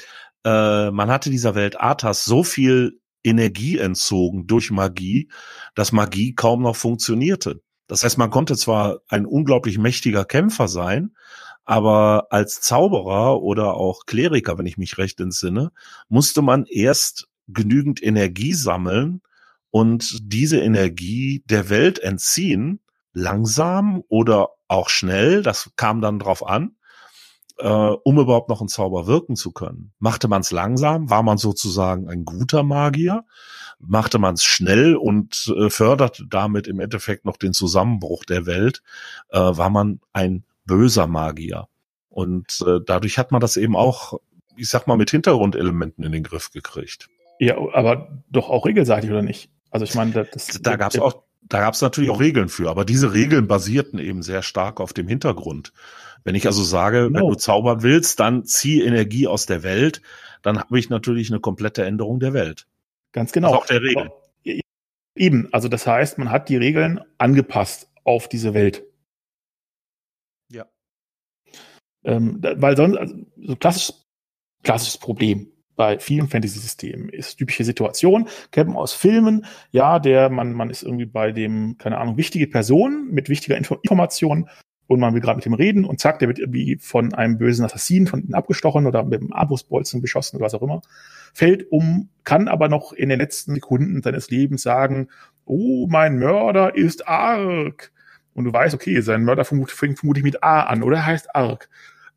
man hatte dieser Welt Arthas so viel Energie entzogen durch Magie, dass Magie kaum noch funktionierte. Das heißt, man konnte zwar ein unglaublich mächtiger Kämpfer sein, aber als Zauberer oder auch Kleriker, wenn ich mich recht entsinne, musste man erst genügend Energie sammeln und diese Energie der Welt entziehen, langsam oder auch schnell, das kam dann drauf an, um überhaupt noch einen Zauber wirken zu können. Machte man es langsam, war man sozusagen ein guter Magier. Machte man es schnell und förderte damit im Endeffekt noch den Zusammenbruch der Welt, war man ein böser Magier. Und dadurch hat man das eben auch, ich sag mal, mit Hintergrundelementen in den Griff gekriegt. Ja, aber doch auch regelseitig, oder nicht? Also ich meine, da gab's natürlich auch Regeln für, aber diese Regeln basierten eben sehr stark auf dem Hintergrund. Wenn ich also sage, wenn du zaubern willst, dann zieh Energie aus der Welt, dann habe ich natürlich eine komplette Änderung der Welt. Ganz genau. Also auch der Regeln. Eben, also das heißt, man hat die Regeln angepasst auf diese Welt. Ja. Weil sonst, also so klassisches Problem bei vielen Fantasy-Systemen ist typische Situation, kennt man aus Filmen, ja, man ist irgendwie bei dem, keine Ahnung, wichtige Person mit wichtiger Information und man will gerade mit ihm reden und zack, der wird irgendwie von einem bösen Assassinen von ihm abgestochen oder mit einem Armbrustbolzen beschossen oder was auch immer, fällt um, kann aber noch in den letzten Sekunden seines Lebens sagen, oh, mein Mörder ist Ark. Und du weißt, okay, sein Mörder fängt vermutlich mit A an oder heißt Ark.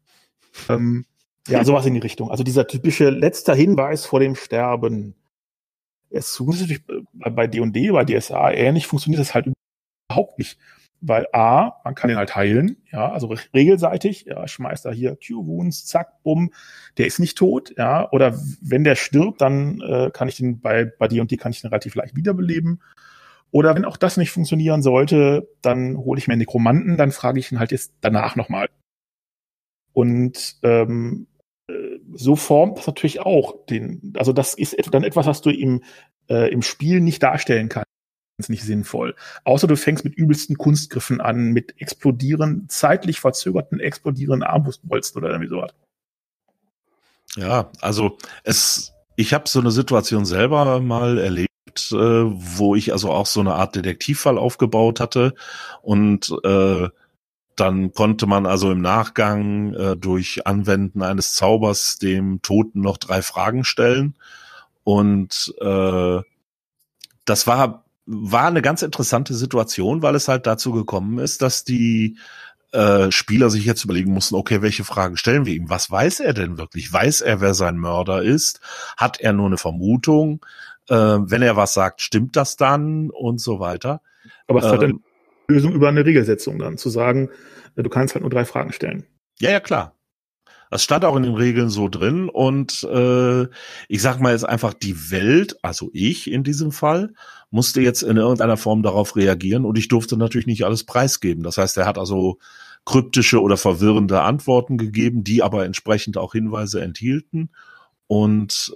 Ja, sowas in die Richtung. Also dieser typische letzter Hinweis vor dem Sterben. Es funktioniert natürlich bei D&D, bei DSA ähnlich, funktioniert das halt überhaupt nicht. Weil A, man kann ihn halt heilen, ja, also regelseitig, ja, schmeißt da hier Cure Wounds, zack, bumm, der ist nicht tot, ja, oder wenn der stirbt, dann kann ich den bei D&D kann ich den relativ leicht wiederbeleben. Oder wenn auch das nicht funktionieren sollte, dann hole ich mir einen Nekromanten, dann frage ich ihn halt jetzt danach nochmal. Und so formt das natürlich auch also das ist dann etwas, was du im Spiel nicht darstellen kannst. Nicht sinnvoll. Außer du fängst mit übelsten Kunstgriffen an, mit zeitlich verzögerten explodierenden Armbrustbolzen oder irgendwie sowas. Ja, also ich habe so eine Situation selber mal erlebt, wo ich also auch so eine Art Detektivfall aufgebaut hatte und dann konnte man also im Nachgang durch Anwenden eines Zaubers dem Toten noch 3 Fragen stellen und das war eine ganz interessante Situation, weil es halt dazu gekommen ist, dass die Spieler sich jetzt überlegen mussten, okay, welche Fragen stellen wir ihm? Was weiß er denn wirklich? Weiß er, wer sein Mörder ist? Hat er nur eine Vermutung? Wenn er was sagt, stimmt das dann? Und so weiter. Aber es ist halt eine Lösung über eine Regelsetzung dann, zu sagen, du kannst halt nur 3 Fragen stellen. Ja, klar. Das stand auch in den Regeln so drin und ich sag mal jetzt einfach die Welt, also ich in diesem Fall, musste jetzt in irgendeiner Form darauf reagieren und ich durfte natürlich nicht alles preisgeben. Das heißt, er hat also kryptische oder verwirrende Antworten gegeben, die aber entsprechend auch Hinweise enthielten und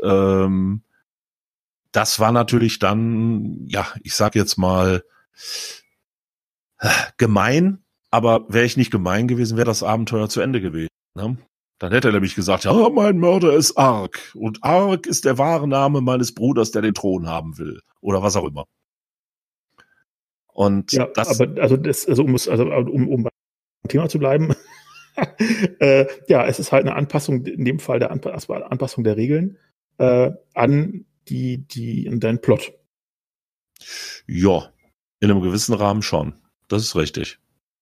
das war natürlich dann, ja, ich sag jetzt mal gemein, aber wäre ich nicht gemein gewesen, wäre das Abenteuer zu Ende gewesen. Ne? Dann hätte er nämlich gesagt, ja, mein Mörder ist Ark. Und Ark ist der wahre Name meines Bruders, der den Thron haben will. Oder was auch immer. Und ja, das. Aber um beim Thema zu bleiben, ja, es ist halt eine Anpassung, in dem Fall Anpassung der Regeln an an deinen Plot. Ja, in einem gewissen Rahmen schon. Das ist richtig.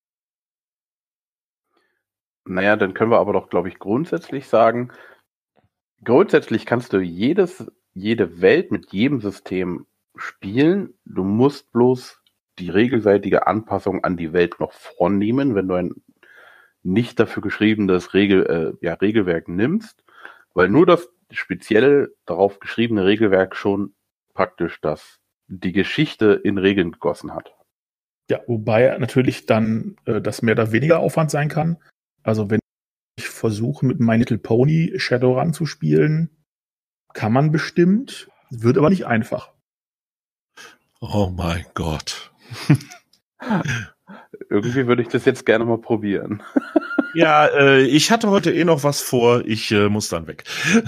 Naja, dann können wir aber doch, glaube ich, grundsätzlich sagen, grundsätzlich kannst du jede Welt mit jedem System spielen. Du musst bloß die regelseitige Anpassung an die Welt noch vornehmen, wenn du ein nicht dafür geschriebenes Regelwerk nimmst, weil nur das speziell darauf geschriebene Regelwerk schon praktisch die Geschichte in Regeln gegossen hat. Ja, wobei natürlich dann das mehr oder weniger Aufwand sein kann. Also wenn ich versuche, mit My Little Pony Shadowrun zu spielen, kann man bestimmt, wird aber nicht einfach. Oh mein Gott. Irgendwie würde ich das jetzt gerne mal probieren. Ja, ich hatte heute noch was vor. Ich muss dann weg.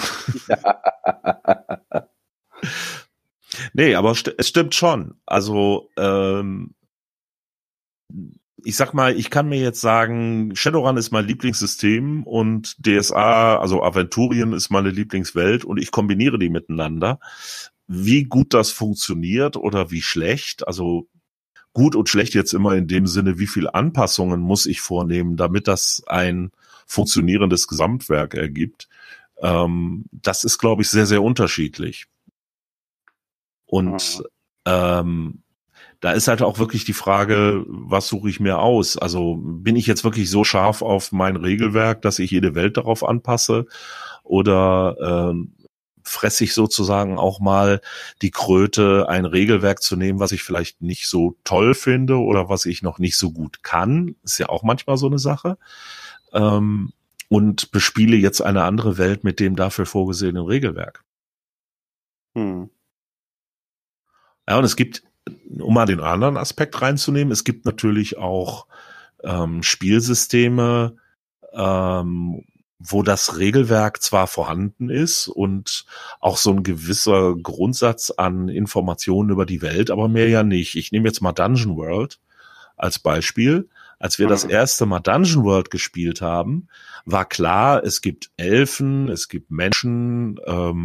Ja. Nee, aber es stimmt schon. Also, ich sag mal, ich kann mir jetzt sagen, Shadowrun ist mein Lieblingssystem und DSA, also Aventurien ist meine Lieblingswelt und ich kombiniere die miteinander. Wie gut das funktioniert oder wie schlecht, also gut und schlecht jetzt immer in dem Sinne, wie viel Anpassungen muss ich vornehmen, damit das ein funktionierendes Gesamtwerk ergibt. Das ist, glaube ich, sehr, sehr unterschiedlich. Und da ist halt auch wirklich die Frage, was suche ich mir aus? Also bin ich jetzt wirklich so scharf auf mein Regelwerk, dass ich jede Welt darauf anpasse? Oder fresse ich sozusagen auch mal die Kröte, ein Regelwerk zu nehmen, was ich vielleicht nicht so toll finde oder was ich noch nicht so gut kann? Ist ja auch manchmal so eine Sache. Und bespiele jetzt eine andere Welt mit dem dafür vorgesehenen Regelwerk. Ja, und es gibt, um mal den anderen Aspekt reinzunehmen, es gibt natürlich auch Spielsysteme, wo das Regelwerk zwar vorhanden ist und auch so ein gewisser Grundsatz an Informationen über die Welt, aber mehr ja nicht. Ich nehme jetzt mal Dungeon World als Beispiel. Als wir das erste Mal Dungeon World gespielt haben, war klar, es gibt Elfen, es gibt Menschen,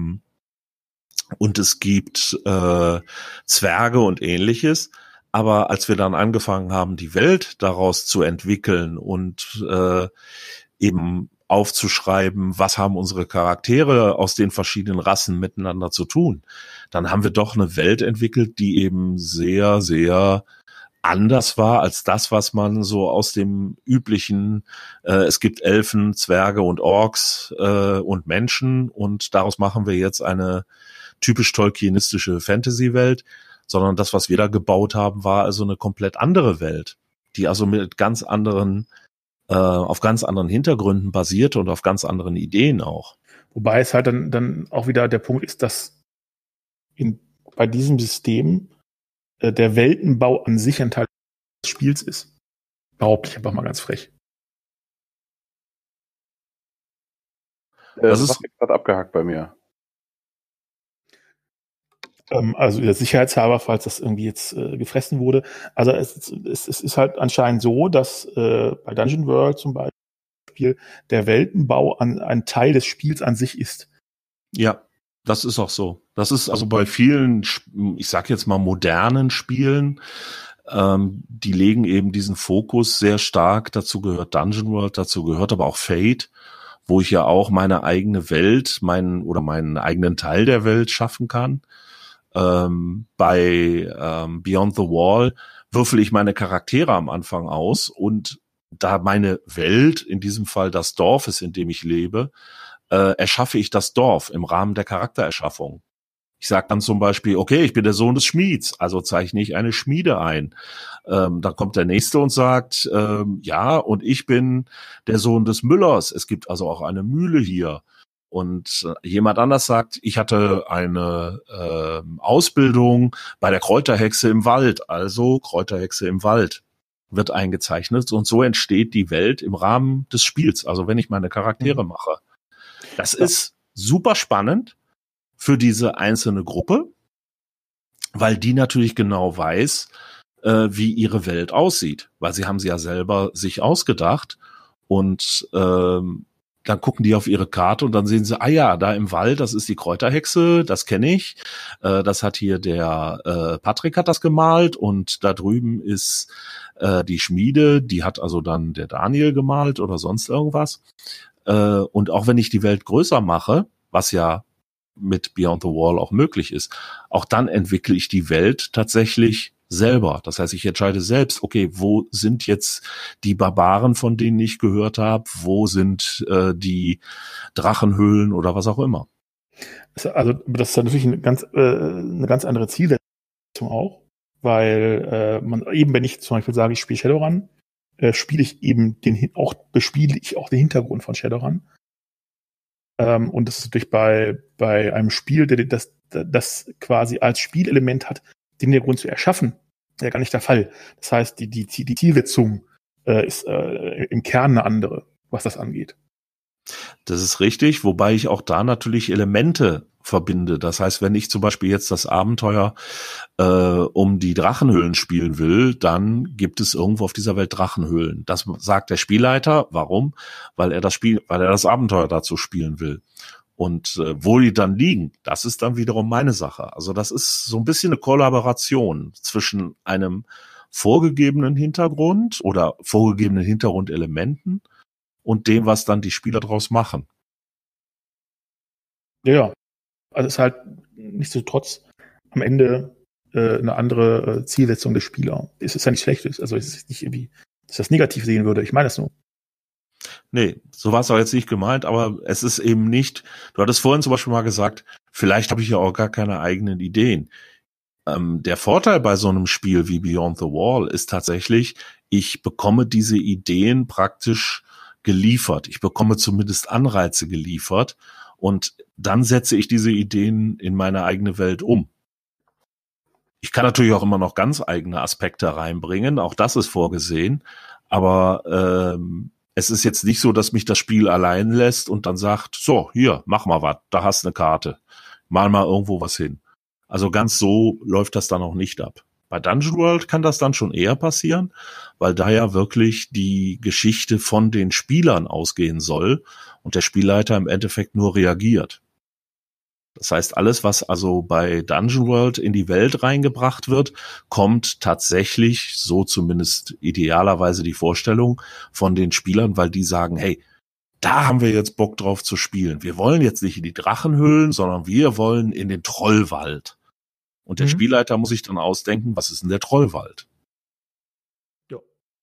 und es gibt Zwerge und ähnliches. Aber als wir dann angefangen haben, die Welt daraus zu entwickeln und eben aufzuschreiben, was haben unsere Charaktere aus den verschiedenen Rassen miteinander zu tun, dann haben wir doch eine Welt entwickelt, die eben sehr, sehr anders war als das, was man so aus dem üblichen, es gibt Elfen, Zwerge und Orks und Menschen und daraus machen wir jetzt eine typisch tolkienistische Fantasy-Welt, sondern das, was wir da gebaut haben, war also eine komplett andere Welt, die also mit ganz anderen, auf ganz anderen Hintergründen basierte und auf ganz anderen Ideen auch. Wobei es halt dann auch wieder der Punkt ist, dass bei diesem System der Weltenbau an sich ein Teil des Spiels ist. Behaupte ich einfach mal ganz frech. Das ist gerade abgehakt bei mir. Also der Sicherheitshalber, falls das irgendwie jetzt gefressen wurde. Also es ist halt anscheinend so, dass bei Dungeon World zum Beispiel der Weltenbau ein Teil des Spiels an sich ist. Ja, das ist auch so. Das ist also bei vielen, ich sag jetzt mal modernen Spielen, die legen eben diesen Fokus sehr stark. Dazu gehört Dungeon World, dazu gehört aber auch Fate, wo ich ja auch meine eigene Welt, meinen eigenen Teil der Welt schaffen kann. Bei Beyond the Wall würfel ich meine Charaktere am Anfang aus und da meine Welt, in diesem Fall das Dorf ist, in dem ich lebe, erschaffe ich das Dorf im Rahmen der Charaktererschaffung. Ich sage dann zum Beispiel, okay, ich bin der Sohn des Schmieds, also zeichne ich eine Schmiede ein. Dann kommt der Nächste und sagt, ja, und ich bin der Sohn des Müllers. Es gibt also auch eine Mühle hier. Und jemand anders sagt, ich hatte eine Ausbildung bei der Kräuterhexe im Wald, also Kräuterhexe im Wald wird eingezeichnet und so entsteht die Welt im Rahmen des Spiels, also wenn ich meine Charaktere mache. Das ist super spannend für diese einzelne Gruppe, weil die natürlich genau weiß, wie ihre Welt aussieht, weil sie haben sie ja selber sich ausgedacht und dann gucken die auf ihre Karte und dann sehen sie, ah ja, da im Wald, das ist die Kräuterhexe, das kenne ich. Das hat hier der Patrick hat das gemalt und da drüben ist die Schmiede, die hat also dann der Daniel gemalt oder sonst irgendwas. Und auch wenn ich die Welt größer mache, was ja mit Beyond the Wall auch möglich ist, auch dann entwickle ich die Welt tatsächlich selber. Das heißt, ich entscheide selbst, okay, wo sind jetzt die Barbaren, von denen ich gehört habe? Wo sind die Drachenhöhlen oder was auch immer? Also das ist natürlich eine ganz andere Zielsetzung auch, weil man eben, wenn ich zum Beispiel sage, ich spiele Shadowrun, bespiele ich auch den Hintergrund von Shadowrun. Und das ist natürlich bei einem Spiel, das quasi als Spielelement hat, den Hintergrund zu erschaffen, gar nicht der Fall. Das heißt, die Zielsetzung ist im Kern eine andere. was das angeht. Das ist richtig, wobei ich auch da natürlich Elemente verbinde. Das heißt, wenn ich zum Beispiel jetzt das Abenteuer um die Drachenhöhlen spielen will, dann gibt es irgendwo auf dieser Welt Drachenhöhlen. Das sagt der Spielleiter. Warum? Weil er das Abenteuer dazu spielen will. Und wo die dann liegen, das ist dann wiederum meine Sache. Also das ist so ein bisschen eine Kollaboration zwischen einem vorgegebenen Hintergrund oder vorgegebenen Hintergrundelementen und dem, was dann die Spieler draus machen. Ja, also es ist halt nichtsdestotrotz am Ende eine andere Zielsetzung des Spielers. Es ist ja nicht schlecht, also es ist nicht irgendwie, dass ich das negativ sehen würde. Ich meine das nur. Nee, so war es auch jetzt nicht gemeint, aber es ist eben nicht, du hattest vorhin zum Beispiel mal gesagt, vielleicht habe ich ja auch gar keine eigenen Ideen. Der Vorteil bei so einem Spiel wie Beyond the Wall ist tatsächlich, ich bekomme diese Ideen praktisch geliefert. Ich bekomme zumindest Anreize geliefert und dann setze ich diese Ideen in meine eigene Welt um. Ich kann natürlich auch immer noch ganz eigene Aspekte reinbringen, auch das ist vorgesehen, aber es ist jetzt nicht so, dass mich das Spiel allein lässt und dann sagt, so, hier, mach mal was, da hast eine Karte, mal irgendwo was hin. Also ganz so läuft das dann auch nicht ab. Bei Dungeon World kann das dann schon eher passieren, weil da ja wirklich die Geschichte von den Spielern ausgehen soll und der Spielleiter im Endeffekt nur reagiert. Das heißt, alles, was also bei Dungeon World in die Welt reingebracht wird, kommt tatsächlich, so zumindest idealerweise die Vorstellung von den Spielern, weil die sagen, hey, da haben wir jetzt Bock drauf zu spielen. Wir wollen jetzt nicht in die Drachenhöhlen, sondern wir wollen in den Trollwald. Und der Spielleiter muss sich dann ausdenken, was ist denn der Trollwald? Ja.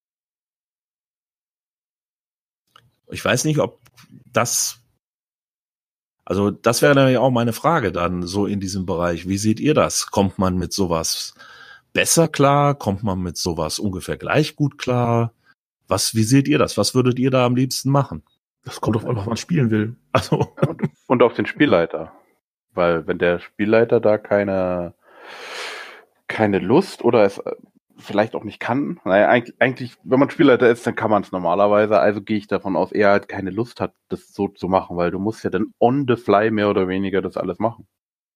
Ich weiß nicht, ob das, also das wäre dann ja auch meine Frage dann so in diesem Bereich. Wie seht ihr das? Kommt man mit sowas besser klar? Kommt man mit sowas ungefähr gleich gut klar? Wie seht ihr das? Was würdet ihr da am liebsten machen? Das kommt auf an, was man spielen will. Also. Und auf den Spielleiter. Weil wenn der Spielleiter da keine Lust oder es vielleicht auch nicht kann, naja, eigentlich, wenn man Spielleiter ist, dann kann man es normalerweise, also gehe ich davon aus, er halt keine Lust hat, das so zu machen, weil du musst ja dann on the fly mehr oder weniger das alles machen.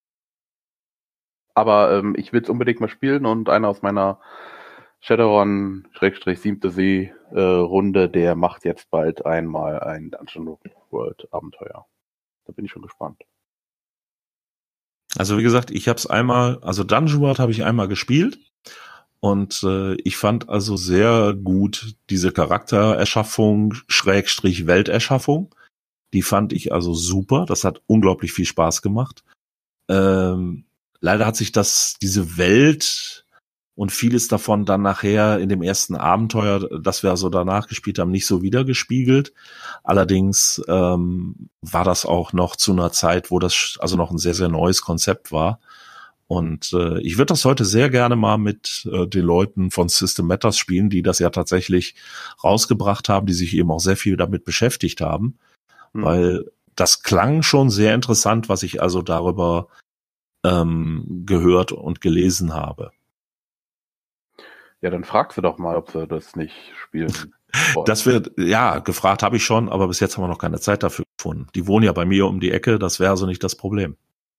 Aber ich will es unbedingt mal spielen und einer aus meiner Shadowrun-7. See-Runde, der macht jetzt bald einmal ein Dungeon World Abenteuer. Da bin ich schon gespannt. Also wie gesagt, ich habe es einmal, also Dungeon World habe ich einmal gespielt und ich fand also sehr gut diese Charaktererschaffung / Welterschaffung. Die fand ich also super. Das hat unglaublich viel Spaß gemacht. Leider hat sich diese Welt und vieles davon dann nachher in dem ersten Abenteuer, das wir also danach gespielt haben, nicht so wiedergespiegelt. Allerdings war das auch noch zu einer Zeit, wo das also noch ein sehr, sehr neues Konzept war. Und ich würde das heute sehr gerne mal mit den Leuten von System Matters spielen, die das ja tatsächlich rausgebracht haben, die sich eben auch sehr viel damit beschäftigt haben. Weil das klang schon sehr interessant, was ich also darüber gehört und gelesen habe. Ja, dann fragst du doch mal, ob sie das nicht spielen wollen. Das wird, ja, gefragt habe ich schon, aber bis jetzt haben wir noch keine Zeit dafür gefunden. Die wohnen ja bei mir um die Ecke, das wäre also nicht das Problem.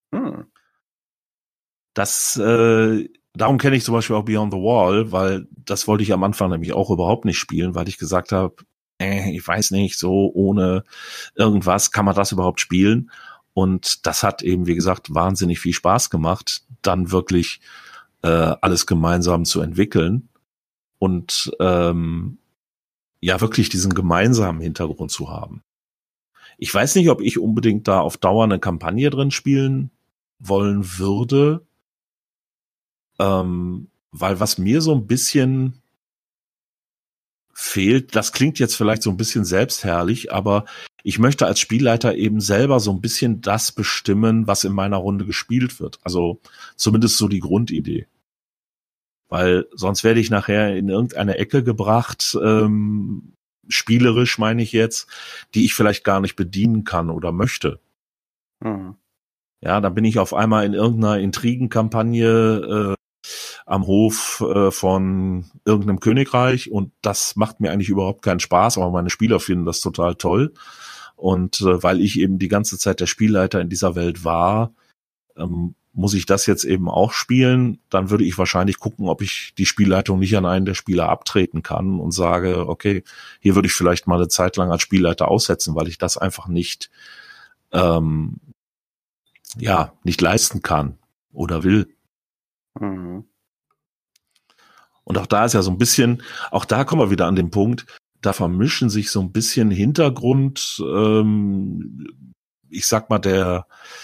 Darum kenne ich zum Beispiel auch Beyond the Wall, weil das wollte ich am Anfang nämlich auch überhaupt nicht spielen, weil ich gesagt habe, ich weiß nicht, so ohne irgendwas kann man das überhaupt spielen. Und das hat eben, wie gesagt, wahnsinnig viel Spaß gemacht, dann wirklich alles gemeinsam zu entwickeln und ja wirklich diesen gemeinsamen Hintergrund zu haben. Ich weiß nicht, ob ich unbedingt da auf Dauer eine Kampagne drin spielen wollen würde, weil was mir so ein bisschen fehlt, das klingt jetzt vielleicht so ein bisschen selbstherrlich, aber ich möchte als Spielleiter eben selber so ein bisschen das bestimmen, was in meiner Runde gespielt wird. Also zumindest so die Grundidee. Weil sonst werde ich nachher in irgendeine Ecke gebracht, spielerisch meine ich jetzt, die ich vielleicht gar nicht bedienen kann oder möchte. Ja, dann bin ich auf einmal in irgendeiner Intrigenkampagne am Hof von irgendeinem Königreich und das macht mir eigentlich überhaupt keinen Spaß, aber meine Spieler finden das total toll. Und weil ich eben die ganze Zeit der Spielleiter in dieser Welt war, muss ich das jetzt eben auch spielen, dann würde ich wahrscheinlich gucken, ob ich die Spielleitung nicht an einen der Spieler abtreten kann und sage, okay, hier würde ich vielleicht mal eine Zeit lang als Spielleiter aussetzen, weil ich das einfach nicht nicht leisten kann oder will. Mhm. Und auch da ist ja so ein bisschen, auch da kommen wir wieder an den Punkt, da vermischen sich so ein bisschen Hintergrund, ich sag mal, der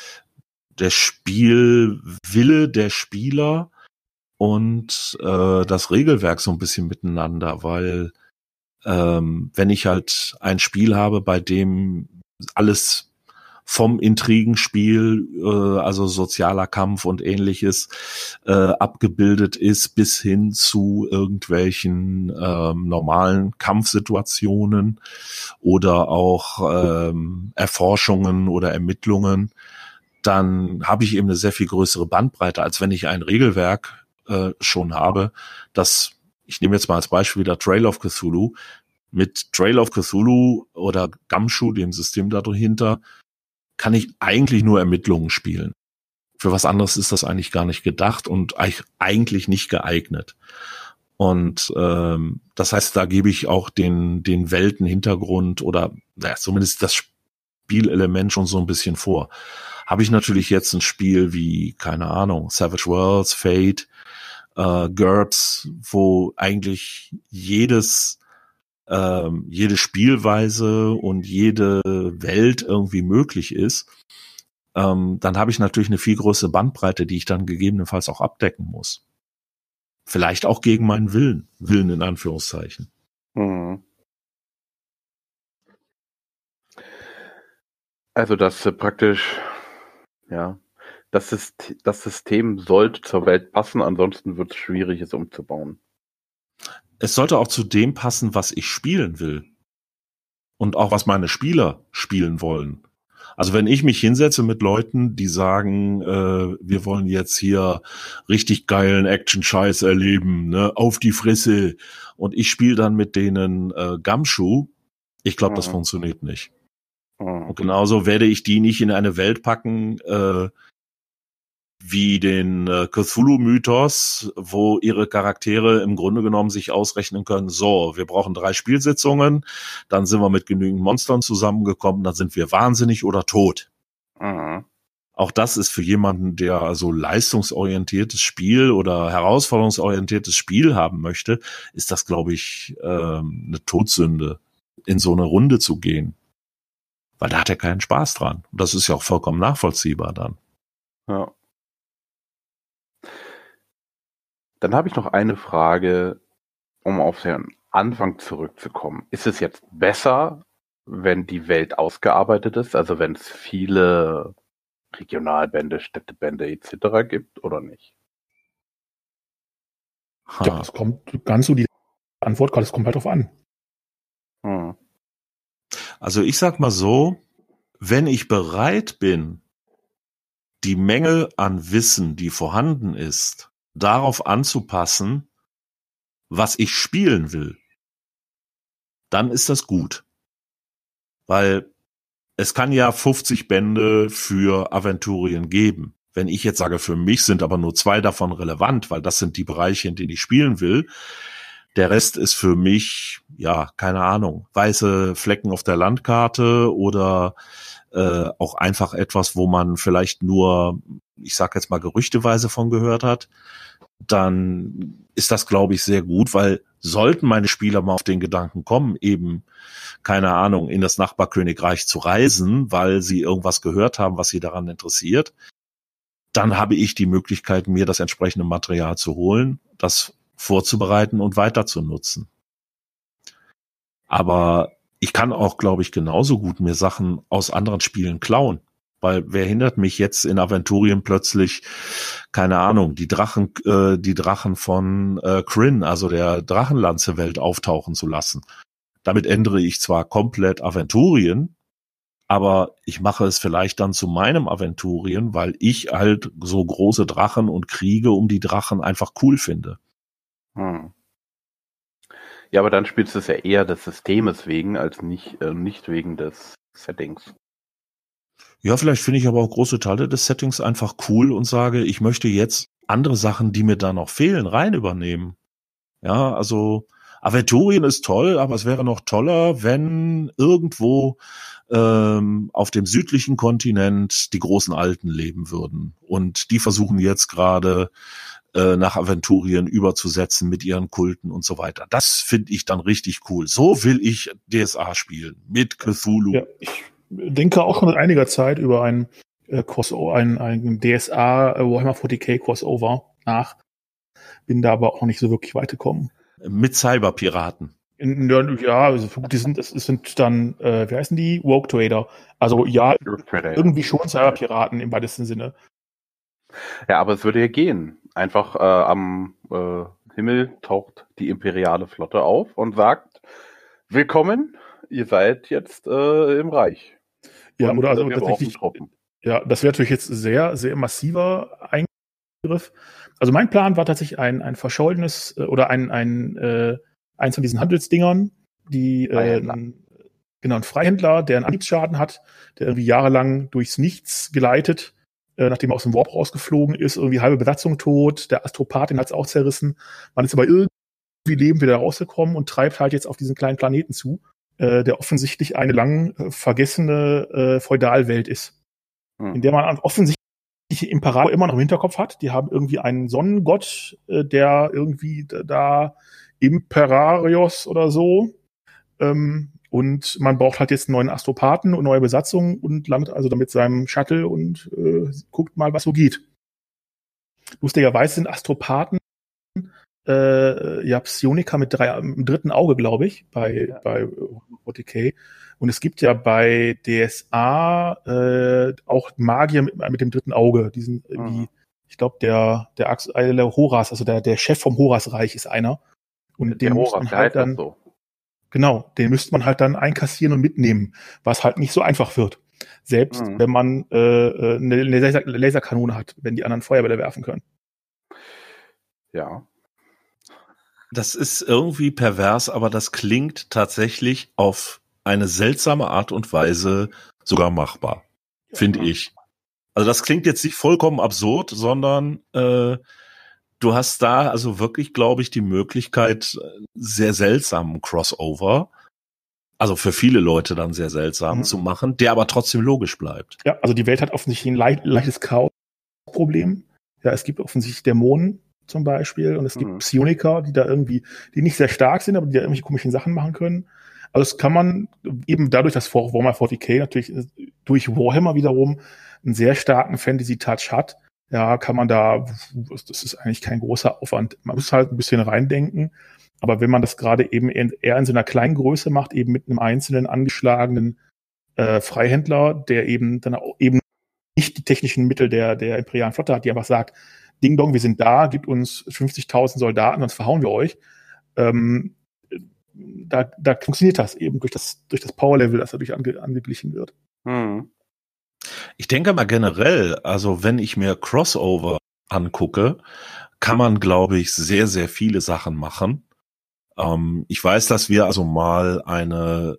Spielwille der Spieler und das Regelwerk so ein bisschen miteinander, weil wenn ich halt ein Spiel habe, bei dem alles vom Intrigenspiel, also sozialer Kampf und ähnliches, abgebildet ist, bis hin zu irgendwelchen normalen Kampfsituationen oder auch Erforschungen oder Ermittlungen, dann habe ich eben eine sehr viel größere Bandbreite, als wenn ich ein Regelwerk schon habe, das, ich nehme jetzt mal als Beispiel wieder Trail of Cthulhu, mit Trail of Cthulhu oder Gumshoe, dem System dahinter, kann ich eigentlich nur Ermittlungen spielen. Für was anderes ist das eigentlich gar nicht gedacht und eigentlich nicht geeignet. Und das heißt, da gebe ich auch den Weltenhintergrund oder zumindest das Spielelement schon so ein bisschen vor. Habe ich natürlich jetzt ein Spiel wie, keine Ahnung, Savage Worlds, Fate, GURPS, wo eigentlich jede Spielweise und jede Welt irgendwie möglich ist, dann habe ich natürlich eine viel größere Bandbreite, die ich dann gegebenenfalls auch abdecken muss. Vielleicht auch gegen meinen Willen in Anführungszeichen. Mhm. Also das praktisch, ja, das System sollte zur Welt passen, ansonsten wird es schwierig, es umzubauen. Es sollte auch zu dem passen, was ich spielen will. Und auch was meine Spieler spielen wollen. Also wenn ich mich hinsetze mit Leuten, die sagen, wir wollen jetzt hier richtig geilen Action-Scheiß erleben, ne, auf die Fresse, und ich spiele dann mit denen Gumshoe, ich glaube, das funktioniert nicht. Und genauso werde ich die nicht in eine Welt packen, wie den Cthulhu-Mythos, wo ihre Charaktere im Grunde genommen sich ausrechnen können, so, wir brauchen 3 Spielsitzungen, dann sind wir mit genügend Monstern zusammengekommen, dann sind wir wahnsinnig oder tot. Mhm. Auch das ist für jemanden, der also leistungsorientiertes Spiel oder herausforderungsorientiertes Spiel haben möchte, ist das, glaube ich, eine Todsünde, in so eine Runde zu gehen. Weil da hat er keinen Spaß dran. Und das ist ja auch vollkommen nachvollziehbar dann. Ja. Dann habe ich noch eine Frage, um auf den Anfang zurückzukommen. Ist es jetzt besser, wenn die Welt ausgearbeitet ist, also wenn es viele Regionalbände, Städtebände etc. gibt oder nicht? Ja, das kommt ganz so die Antwort, das kommt halt drauf an. Also ich sag mal so, wenn ich bereit bin, die Menge an Wissen, die vorhanden ist, darauf anzupassen, was ich spielen will, dann ist das gut. Weil es kann ja 50 Bände für Aventurien geben. Wenn ich jetzt sage, für mich sind aber nur 2 davon relevant, weil das sind die Bereiche, in denen ich spielen will, der Rest ist für mich, ja, keine Ahnung, weiße Flecken auf der Landkarte oder auch einfach etwas, wo man vielleicht nur, ich sag jetzt mal, gerüchteweise von gehört hat, dann ist das, glaube ich, sehr gut, weil sollten meine Spieler mal auf den Gedanken kommen, eben, keine Ahnung, in das Nachbarkönigreich zu reisen, weil sie irgendwas gehört haben, was sie daran interessiert, dann habe ich die Möglichkeit, mir das entsprechende Material zu holen, das vorzubereiten und weiter zu nutzen. Aber ich kann auch, glaube ich, genauso gut mir Sachen aus anderen Spielen klauen. Weil wer hindert mich jetzt in Aventurien plötzlich, keine Ahnung, die Drachen von Krynn, also der Drachenlanze-Welt, auftauchen zu lassen. Damit ändere ich zwar komplett Aventurien, aber ich mache es vielleicht dann zu meinem Aventurien, weil ich halt so große Drachen und Kriege um die Drachen einfach cool finde. Ja, aber dann spielst du es ja eher des Systems wegen, als nicht wegen des Settings. Ja, vielleicht finde ich aber auch große Teile des Settings einfach cool und sage, ich möchte jetzt andere Sachen, die mir da noch fehlen, rein übernehmen. Ja, also Aventurien ist toll, aber es wäre noch toller, wenn irgendwo auf dem südlichen Kontinent die großen Alten leben würden. Und die versuchen jetzt gerade nach Aventurien überzusetzen mit ihren Kulten und so weiter. Das finde ich dann richtig cool. So will ich DSA spielen, mit Cthulhu. Ja, ich denke auch schon seit einiger Zeit über ein Crossover, ein DSA Warhammer 40k Crossover nach. Bin da aber auch noch nicht so wirklich weit gekommen. Mit Cyberpiraten. Ja, es sind dann, wie heißen die? Rogue Trader. Also ja, irgendwie schon Cyberpiraten im weitesten Sinne. Ja, aber es würde ja gehen. Einfach am Himmel taucht die imperiale Flotte auf und sagt, willkommen, ihr seid jetzt im Reich. Ja, und, oder also wir tatsächlich. Truppen. Ja, das wäre natürlich jetzt sehr, sehr massiver Eingriff. Also mein Plan war tatsächlich ein verschollenes oder eins von diesen Handelsdingern, die ein Freihändler, der einen Antriebsschaden hat, der irgendwie jahrelang durchs Nichts geleitet, nachdem er aus dem Warp rausgeflogen ist, irgendwie halbe Besatzung tot, der Astropath, den hat es auch zerrissen. Man ist aber irgendwie lebend wieder rausgekommen und treibt halt jetzt auf diesen kleinen Planeten zu, der offensichtlich eine lang vergessene Feudalwelt ist, in der man offensichtlich Imperator immer noch im Hinterkopf hat. Die haben irgendwie einen Sonnengott, der irgendwie da Imperarios oder so. Und man braucht halt jetzt einen neuen Astropathen und neue Besatzung und landet also da mit seinem Shuttle und guckt mal, was so geht. Lustigerweise sind Astropathen Psioniker mit im dritten Auge, glaube ich, bei 40k. Und es gibt ja bei DSA auch Magier mit dem dritten Auge. Diesen irgendwie, ich glaube, der Horas, also der Chef vom Horasreich ist einer. Und den muss man halt dann so. Genau, den müsste man halt dann einkassieren und mitnehmen, was halt nicht so einfach wird. Selbst wenn man eine Laserkanone hat, wenn die anderen Feuerbälle werfen können. Ja. Das ist irgendwie pervers, aber das klingt tatsächlich auf eine seltsame Art und Weise sogar machbar, finde ich. Also das klingt jetzt nicht vollkommen absurd, sondern du hast da also wirklich, glaube ich, die Möglichkeit, sehr seltsamen Crossover, also für viele Leute dann sehr seltsam zu machen, der aber trotzdem logisch bleibt. Ja, also die Welt hat offensichtlich ein leichtes Chaos-Problem. Ja, es gibt offensichtlich Dämonen zum Beispiel und es gibt Psioniker, die nicht sehr stark sind, aber die da irgendwelche komischen Sachen machen können. Also das kann man eben dadurch, dass Warhammer 40k natürlich durch Warhammer wiederum einen sehr starken Fantasy-Touch hat, ja, kann man das ist eigentlich kein großer Aufwand. Man muss halt ein bisschen reindenken, aber wenn man das gerade eben eher in so einer kleinen Größe macht, eben mit einem einzelnen angeschlagenen Freihändler, der eben dann auch eben nicht die technischen Mittel der imperialen Flotte hat, die einfach sagt, Ding Dong, wir sind da, gibt uns 50.000 Soldaten, sonst verhauen wir euch. Da funktioniert das eben durch das Power-Level, das dadurch angeglichen wird. Ich denke mal generell, also wenn ich mir Crossover angucke, kann man, glaube ich, sehr, sehr viele Sachen machen. Ich weiß, dass wir also mal eine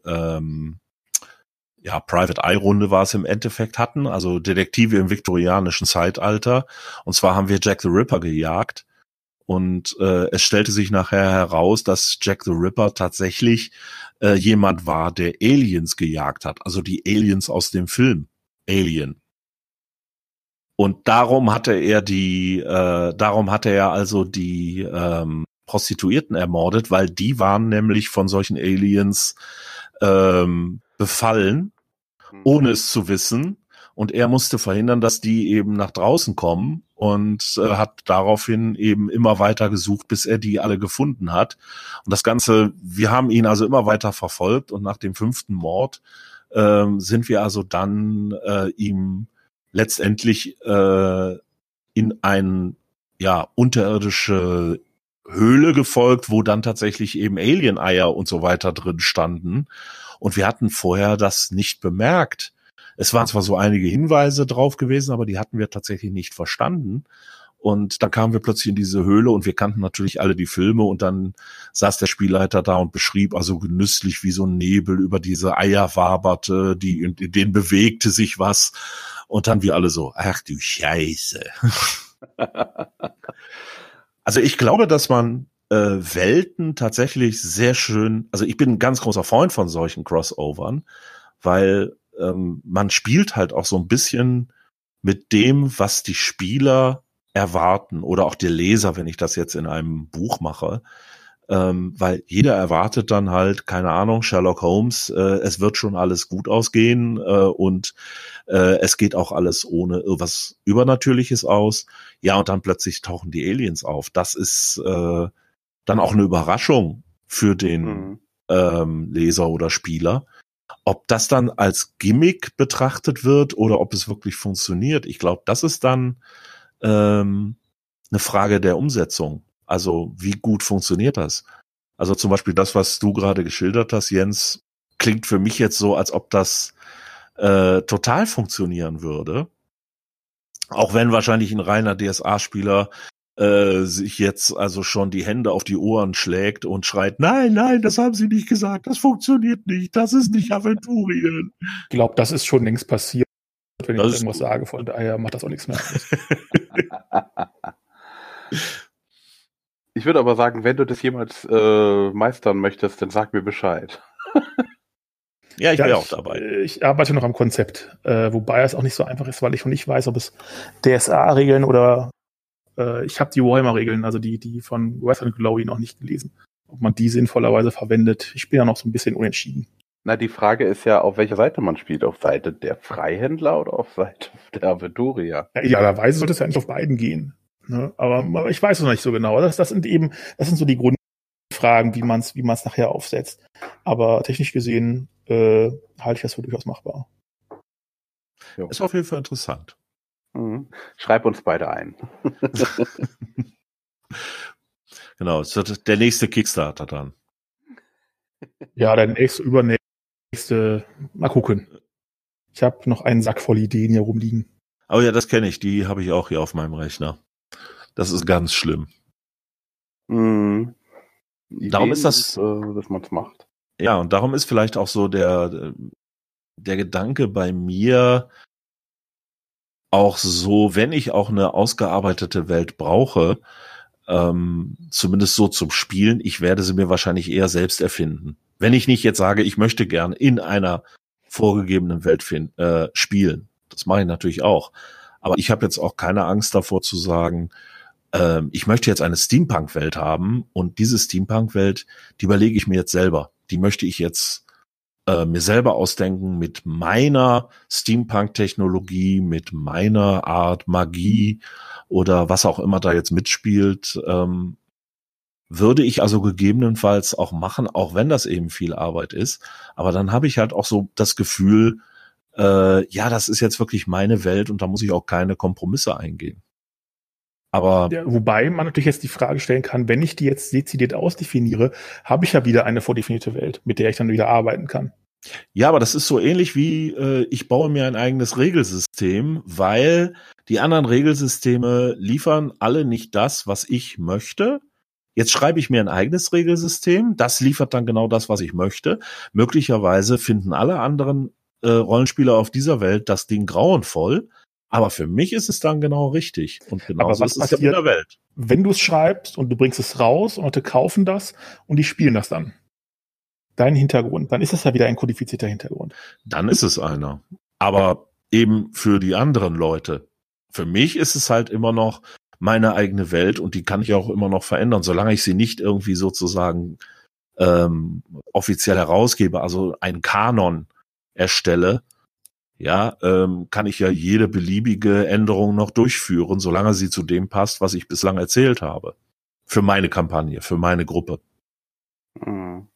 Private Eye Runde war es im Endeffekt hatten, also Detektive im viktorianischen Zeitalter. Und zwar haben wir Jack the Ripper gejagt. Und es stellte sich nachher heraus, dass Jack the Ripper tatsächlich jemand war, der Aliens gejagt hat. Also die Aliens aus dem Film Alien. Und darum hatte er also die Prostituierten ermordet, weil die waren nämlich von solchen Aliens befallen, ohne es zu wissen. Und er musste verhindern, dass die eben nach draußen kommen und hat daraufhin eben immer weiter gesucht, bis er die alle gefunden hat. Und das Ganze, wir haben ihn also immer weiter verfolgt und nach dem 5. Mord sind wir also dann ihm letztendlich in eine unterirdische Höhle gefolgt, wo dann tatsächlich eben Alien-Eier und so weiter drin standen. Und wir hatten vorher das nicht bemerkt. Es waren zwar so einige Hinweise drauf gewesen, aber die hatten wir tatsächlich nicht verstanden. Und dann kamen wir plötzlich in diese Höhle und wir kannten natürlich alle die Filme und dann saß der Spielleiter da und beschrieb also genüsslich, wie so ein Nebel über diese Eier waberte, in denen bewegte sich was und dann wir alle so, ach du Scheiße. Also ich glaube, dass man Welten tatsächlich sehr schön, also ich bin ein ganz großer Freund von solchen Crossovern, weil man spielt halt auch so ein bisschen mit dem, was die Spieler erwarten oder auch der Leser, wenn ich das jetzt in einem Buch mache, weil jeder erwartet dann halt, keine Ahnung, Sherlock Holmes, es wird schon alles gut ausgehen und es geht auch alles ohne irgendwas Übernatürliches aus. Ja, und dann plötzlich tauchen die Aliens auf. Das ist dann auch eine Überraschung für den Leser oder Spieler. Ob das dann als Gimmick betrachtet wird oder ob es wirklich funktioniert, ich glaube, das ist dann eine Frage der Umsetzung. Also wie gut funktioniert das? Also zum Beispiel das, was du gerade geschildert hast, Jens, klingt für mich jetzt so, als ob das total funktionieren würde. Auch wenn wahrscheinlich ein reiner DSA-Spieler sich jetzt also schon die Hände auf die Ohren schlägt und schreit, nein, nein, das haben sie nicht gesagt, das funktioniert nicht, das ist nicht Aventurien. Ich glaube, das ist schon längst passiert. Wenn ich irgendwas sage, von daher macht das auch nichts mehr. Ich würde aber sagen, wenn du das jemals meistern möchtest, dann sag mir Bescheid. Ja, ich wäre auch dabei. Ich arbeite noch am Konzept, wobei es auch nicht so einfach ist, weil ich noch nicht weiß, ob es DSA-Regeln oder ich habe die Warhammer-Regeln, also die von Wrath and Glory noch nicht gelesen, ob man die sinnvollerweise verwendet. Ich bin ja noch so ein bisschen unentschieden. Na, die Frage ist ja, auf welcher Seite man spielt. Auf Seite der Freihändler oder auf Seite der Aventurier? Ja, idealerweise sollte es ja nicht auf beiden gehen. Ne? Aber ich weiß es noch nicht so genau. Das sind so die Grundfragen, wie man es nachher aufsetzt. Aber technisch gesehen halte ich das für durchaus machbar. Jo. Ist auf jeden Fall interessant. Mhm. Schreib uns beide ein. Genau, es wird der nächste Kickstarter dann. Ja, der übernächste, mal gucken. Ich habe noch einen Sack voll Ideen hier rumliegen. Oh ja, das kenne ich, die habe ich auch hier auf meinem Rechner. Das ist ganz schlimm. Mhm. Darum ist das, dass man es macht. Ja, und darum ist vielleicht auch so der Gedanke bei mir auch so, wenn ich auch eine ausgearbeitete Welt brauche, zumindest so zum Spielen, ich werde sie mir wahrscheinlich eher selbst erfinden. Wenn ich nicht jetzt sage, ich möchte gern in einer vorgegebenen Welt spielen. Das mache ich natürlich auch. Aber ich habe jetzt auch keine Angst davor zu sagen, ich möchte jetzt eine Steampunk-Welt haben und diese Steampunk-Welt, die überlege ich mir jetzt selber. Die möchte ich jetzt mir selber ausdenken mit meiner Steampunk-Technologie, mit meiner Art Magie oder was auch immer da jetzt mitspielt. Würde ich also gegebenenfalls auch machen, auch wenn das eben viel Arbeit ist. Aber dann habe ich halt auch so das Gefühl, ja, das ist jetzt wirklich meine Welt und da muss ich auch keine Kompromisse eingehen. Aber ja, wobei man natürlich jetzt die Frage stellen kann, wenn ich die jetzt dezidiert ausdefiniere, habe ich ja wieder eine vordefinierte Welt, mit der ich dann wieder arbeiten kann. Ja, aber das ist so ähnlich wie ich baue mir ein eigenes Regelsystem, weil die anderen Regelsysteme liefern alle nicht das, was ich möchte. Jetzt schreibe ich mir ein eigenes Regelsystem, das liefert dann genau das, was ich möchte. Möglicherweise finden alle anderen Rollenspieler auf dieser Welt das Ding grauenvoll, aber für mich ist es dann genau richtig. Und genauso ist es in der Welt. Wenn du es schreibst und du bringst es raus und Leute kaufen das und die spielen das dann? Dein Hintergrund, dann ist es ja wieder ein kodifizierter Hintergrund. Dann ist es einer. Aber eben für die anderen Leute. Für mich ist es halt immer noch meine eigene Welt und die kann ich auch immer noch verändern, solange ich sie nicht irgendwie sozusagen offiziell herausgebe, also einen Kanon erstelle, ja, kann ich ja jede beliebige Änderung noch durchführen, solange sie zu dem passt, was ich bislang erzählt habe. Für meine Kampagne, für meine Gruppe. Mhm.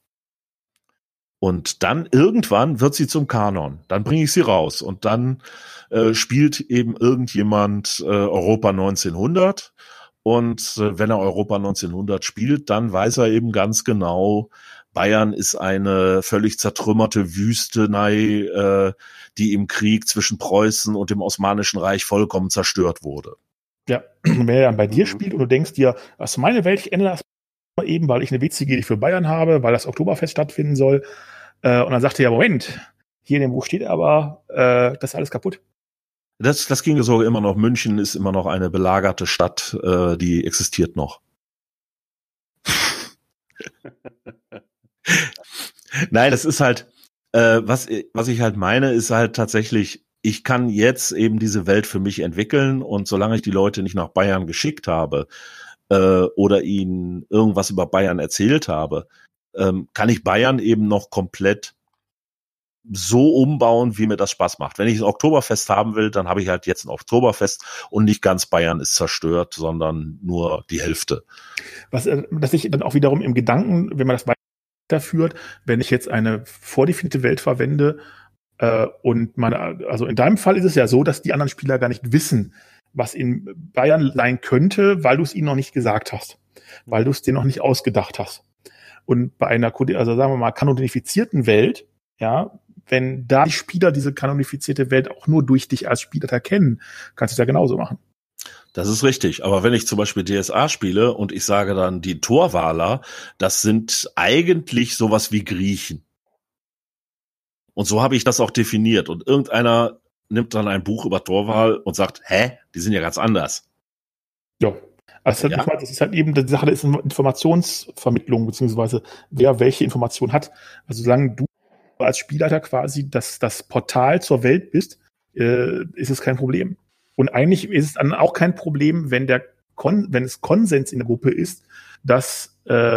Und dann irgendwann wird sie zum Kanon. Dann bringe ich sie raus. Und dann spielt eben irgendjemand Europa 1900. Und wenn er Europa 1900 spielt, dann weiß er eben ganz genau, Bayern ist eine völlig zertrümmerte Wüstenei, die im Krieg zwischen Preußen und dem Osmanischen Reich vollkommen zerstört wurde. Ja, wenn er dann bei dir spielt und du denkst dir, das ist meine Welt, ich ändere das mal eben, weil ich eine WCG nicht für Bayern habe, weil das Oktoberfest stattfinden soll. Und dann sagt er, ja, Moment, hier in dem Buch steht aber, das ist alles kaputt. Das ging sogar immer noch. München ist immer noch eine belagerte Stadt, die existiert noch. Nein, das ist halt, was ich halt meine, ist halt tatsächlich, ich kann jetzt eben diese Welt für mich entwickeln und solange ich die Leute nicht nach Bayern geschickt habe oder ihnen irgendwas über Bayern erzählt habe, kann ich Bayern eben noch komplett so umbauen, wie mir das Spaß macht. Wenn ich ein Oktoberfest haben will, dann habe ich halt jetzt ein Oktoberfest und nicht ganz Bayern ist zerstört, sondern nur die Hälfte. Das ich dann auch wiederum im Gedanken, wenn man das weiterführt, wenn ich jetzt eine vordefinierte Welt verwende und also in deinem Fall ist es ja so, dass die anderen Spieler gar nicht wissen, was in Bayern sein könnte, weil du es ihnen noch nicht gesagt hast, weil du es dir noch nicht ausgedacht hast. Und bei einer, also sagen wir mal, kanonifizierten Welt, ja, wenn da die Spieler diese kanonifizierte Welt auch nur durch dich als Spieler erkennen, kannst du es ja genauso machen. Das ist richtig. Aber wenn ich zum Beispiel DSA spiele und ich sage dann, die Torwaler, das sind eigentlich sowas wie Griechen. Und so habe ich das auch definiert. Und irgendeiner nimmt dann ein Buch über Torwal und sagt, die sind ja ganz anders. Ja. Also das ist halt eben die Sache der Informationsvermittlung, beziehungsweise wer welche Information hat. Also solange du als Spielleiter quasi das Portal zur Welt bist, ist es kein Problem. Und eigentlich ist es dann auch kein Problem, wenn es Konsens in der Gruppe ist, dass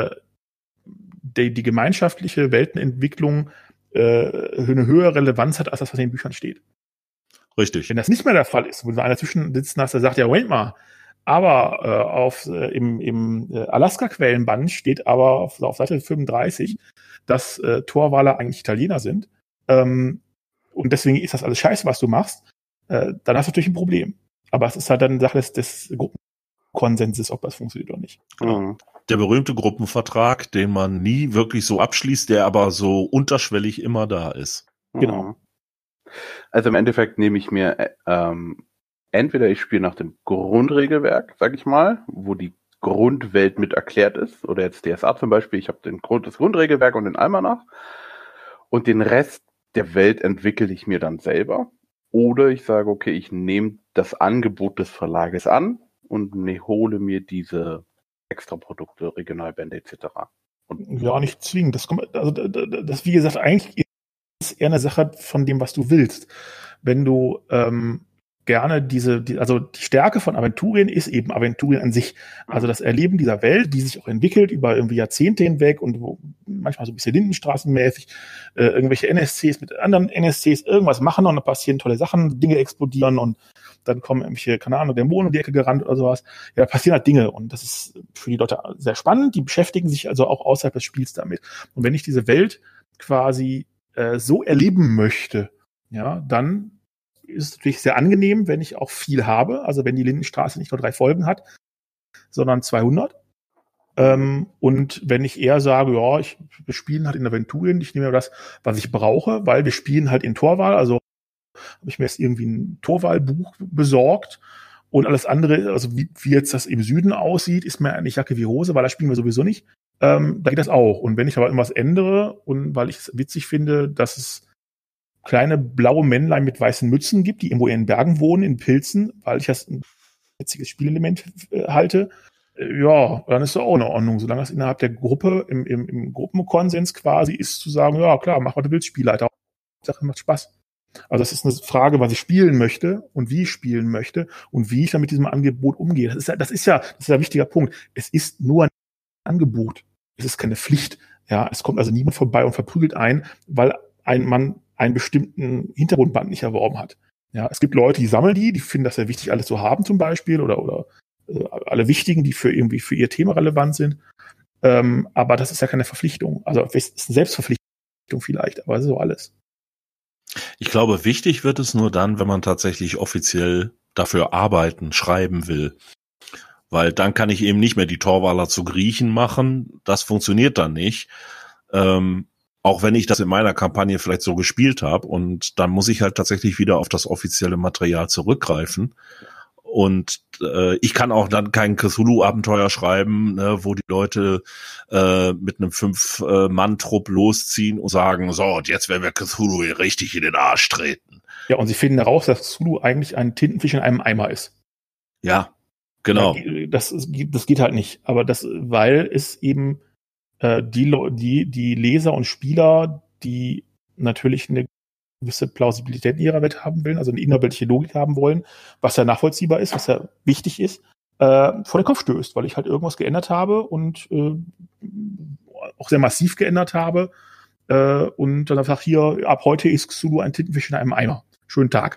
die gemeinschaftliche Weltenentwicklung eine höhere Relevanz hat, als das, was in den Büchern steht. Richtig. Wenn das nicht mehr der Fall ist, wo du einer dazwischen sitzen hast, der sagt, ja, Moment mal, aber im Alaska-Quellenband steht aber auf Seite 35, dass Torwaler eigentlich Italiener sind. Und deswegen ist das alles scheiße, was du machst. Dann hast du natürlich ein Problem. Aber es ist halt dann eine Sache des Gruppenkonsenses, ob das funktioniert oder nicht. Genau. Der berühmte Gruppenvertrag, den man nie wirklich so abschließt, der aber so unterschwellig immer da ist. Genau. Also im Endeffekt nehme ich mir entweder ich spiele nach dem Grundregelwerk, sag ich mal, wo die Grundwelt mit erklärt ist, oder jetzt DSA zum Beispiel, ich habe das Grundregelwerk und den Almanach und den Rest der Welt entwickle ich mir dann selber. Oder ich sage, okay, ich nehme das Angebot des Verlages an und hole mir diese Extraprodukte, Regionalbände etc. Und ja, nicht zwingend. Das wie gesagt, eigentlich ist eher eine Sache von dem, was du willst. Wenn du gerne also die Stärke von Aventurien ist eben Aventurien an sich. Also das Erleben dieser Welt, die sich auch entwickelt über irgendwie Jahrzehnte hinweg und wo manchmal so ein bisschen Lindenstraßenmäßig irgendwelche NSCs mit anderen NSCs irgendwas machen und dann passieren tolle Sachen, Dinge explodieren und dann kommen irgendwelche, keine Ahnung, Dämonen um die Ecke gerannt oder sowas. Ja, da passieren halt Dinge und das ist für die Leute sehr spannend. Die beschäftigen sich also auch außerhalb des Spiels damit. Und wenn ich diese Welt quasi so erleben möchte, ja, dann ist es natürlich sehr angenehm, wenn ich auch viel habe. Also wenn die Lindenstraße nicht nur 3 Folgen hat, sondern 200. Und wenn ich eher sage, ja, wir spielen halt in Aventurien, ich nehme das, was ich brauche, weil wir spielen halt in Torwal. Also habe ich mir jetzt irgendwie ein Torwal-Buch besorgt und alles andere, also wie jetzt das im Süden aussieht, ist mir eigentlich Jacke wie Hose, weil da spielen wir sowieso nicht. Da geht das auch. Und wenn ich aber irgendwas ändere und weil ich es witzig finde, dass es kleine blaue Männlein mit weißen Mützen gibt, die irgendwo in den Bergen wohnen, in Pilzen, weil ich das ein witziges Spielelement halte, ja, dann ist das auch in Ordnung, solange das innerhalb der Gruppe, im Gruppenkonsens quasi ist, zu sagen, ja klar, mach was du willst, Spielleiter. Sache macht Spaß. Also das ist eine Frage, was ich spielen möchte und wie ich spielen möchte und wie ich dann mit diesem Angebot umgehe. Das ist ja ein wichtiger Punkt. Es ist nur ein Angebot. Es ist keine Pflicht. Ja, es kommt also niemand vorbei und verprügelt ein, weil ein Mann einen bestimmten Hintergrundband nicht erworben hat. Ja, es gibt Leute, die sammeln die finden das sehr wichtig, alles zu haben zum Beispiel oder alle wichtigen, die für ihr Thema relevant sind. Aber das ist ja keine Verpflichtung. Also es ist eine Selbstverpflichtung vielleicht, aber das ist so alles. Ich glaube, wichtig wird es nur dann, wenn man tatsächlich offiziell dafür arbeiten, schreiben will. Weil dann kann ich eben nicht mehr die Torwaler zu Griechen machen. Das funktioniert dann nicht. Auch wenn ich das in meiner Kampagne vielleicht so gespielt habe. Und dann muss ich halt tatsächlich wieder auf das offizielle Material zurückgreifen. Und ich kann auch dann kein Cthulhu-Abenteuer schreiben, ne, wo die Leute mit einem 5-Mann-Trupp losziehen und sagen, so, und jetzt werden wir Cthulhu hier richtig in den Arsch treten. Ja, und sie finden heraus, dass Cthulhu eigentlich ein Tintenfisch in einem Eimer ist. Ja, genau. Das geht halt nicht. Aber weil es eben die Leser und Spieler, die natürlich eine gewisse Plausibilität in ihrer Welt haben wollen, also eine innerweltliche Logik haben wollen, was ja nachvollziehbar ist, was ja wichtig ist, vor den Kopf stößt, weil ich halt irgendwas geändert habe und auch sehr massiv geändert habe und dann einfach hier, ab heute ist Cthulhu ein Tintenfisch in einem Eimer. Schönen Tag.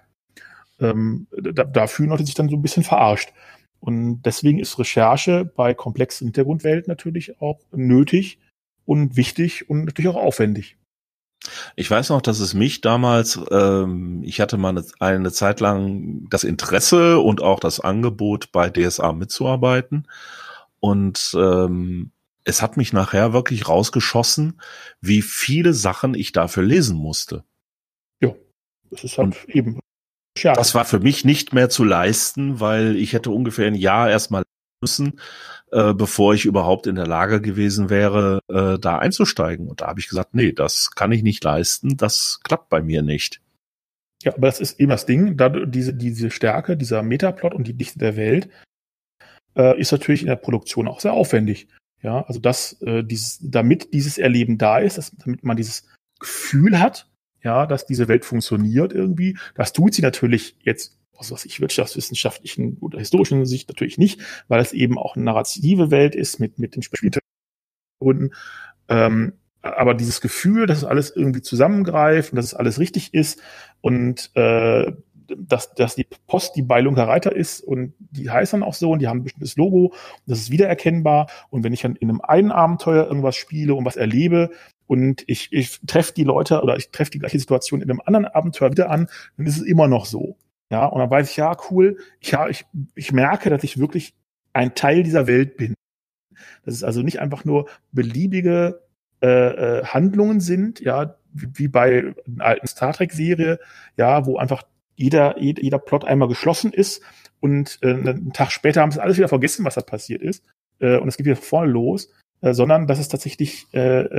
Da fühlen Leute sich dann so ein bisschen verarscht. Und deswegen ist Recherche bei komplexen Hintergrundwelten natürlich auch nötig und wichtig und natürlich auch aufwendig. Ich weiß noch, dass es mich damals, ich hatte mal eine Zeit lang das Interesse und auch das Angebot, bei DSA mitzuarbeiten. Und es hat mich nachher wirklich rausgeschossen, wie viele Sachen ich dafür lesen musste. Ja, das ist halt eben. Ja. Das war für mich nicht mehr zu leisten, weil ich hätte ungefähr ein Jahr erstmal müssen, bevor ich überhaupt in der Lage gewesen wäre, da einzusteigen. Und da habe ich gesagt, nee, das kann ich nicht leisten, das klappt bei mir nicht. Ja, aber das ist eben das Ding, diese Stärke, dieser Metaplot und die Dichte der Welt ist natürlich in der Produktion auch sehr aufwendig. Ja, also damit dieses Erleben da ist, damit man dieses Gefühl hat, ja, dass diese Welt funktioniert irgendwie. Das tut sie natürlich jetzt, was weiß ich, wirtschaftswissenschaftlichen oder historischen Sicht natürlich nicht, weil es eben auch eine narrative Welt ist mit den Spielgründen. Aber dieses Gefühl, dass es alles irgendwie zusammengreift und dass es alles richtig ist und dass die Post die bei Lunker Reiter ist und die heißen dann auch so und die haben ein bestimmtes Logo und das ist wiedererkennbar. Und wenn ich dann in einem einen Abenteuer irgendwas spiele und was erlebe und ich treffe die Leute oder ich treffe die gleiche Situation in einem anderen Abenteuer wieder an, dann ist es immer noch so. Ja, und dann weiß ich, ja, cool, ich merke, dass ich wirklich ein Teil dieser Welt bin. Dass es also nicht einfach nur beliebige Handlungen sind, ja, wie bei einer alten Star Trek-Serie, ja, wo einfach jeder Plot einmal geschlossen ist und einen Tag später haben sie alles wieder vergessen, was da passiert ist und es geht wieder vorne los, sondern dass es tatsächlich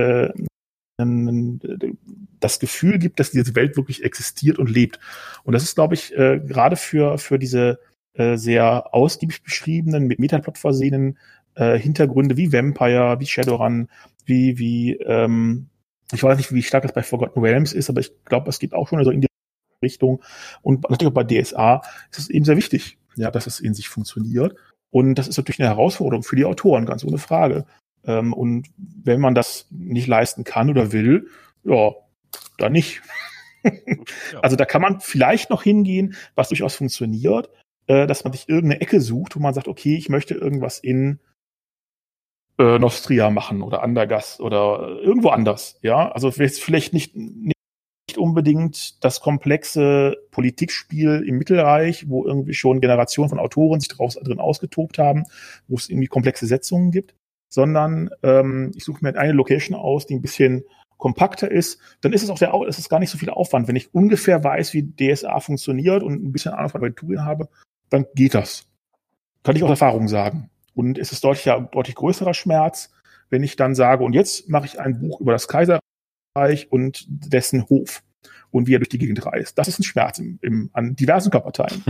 das Gefühl gibt, dass diese Welt wirklich existiert und lebt. Und das ist, glaube ich, gerade für diese sehr ausgiebig beschriebenen, mit Metaplot versehenen Hintergründe wie Vampire, wie Shadowrun, wie ich weiß nicht, wie stark das bei Forgotten Realms ist, aber ich glaube, es geht auch schon so in die Richtung. Und natürlich auch bei DSA ist es eben sehr wichtig, ja, dass es in sich funktioniert. Und das ist natürlich eine Herausforderung für die Autoren, ganz ohne Frage. Und wenn man das nicht leisten kann oder will, ja, dann nicht. Ja. Also da kann man vielleicht noch hingehen, was durchaus funktioniert, dass man sich irgendeine Ecke sucht, wo man sagt, okay, ich möchte irgendwas in Nostria machen oder Andergast oder irgendwo anders. Ja, also vielleicht nicht unbedingt das komplexe Politikspiel im Mittelreich, wo irgendwie schon Generationen von Autoren sich drin ausgetobt haben, wo es irgendwie komplexe Setzungen gibt, sondern ich suche mir eine Location aus, die ein bisschen kompakter ist. Dann ist es gar nicht so viel Aufwand. Wenn ich ungefähr weiß, wie DSA funktioniert und ein bisschen Ahnung von Aventurien habe, dann geht das. Kann ich aus Erfahrung sagen. Und es ist deutlich größerer Schmerz, wenn ich dann sage, und jetzt mache ich ein Buch über das Kaiserreich und dessen Hof und wie er durch die Gegend reist. Das ist ein Schmerz an diversen Körperteilen.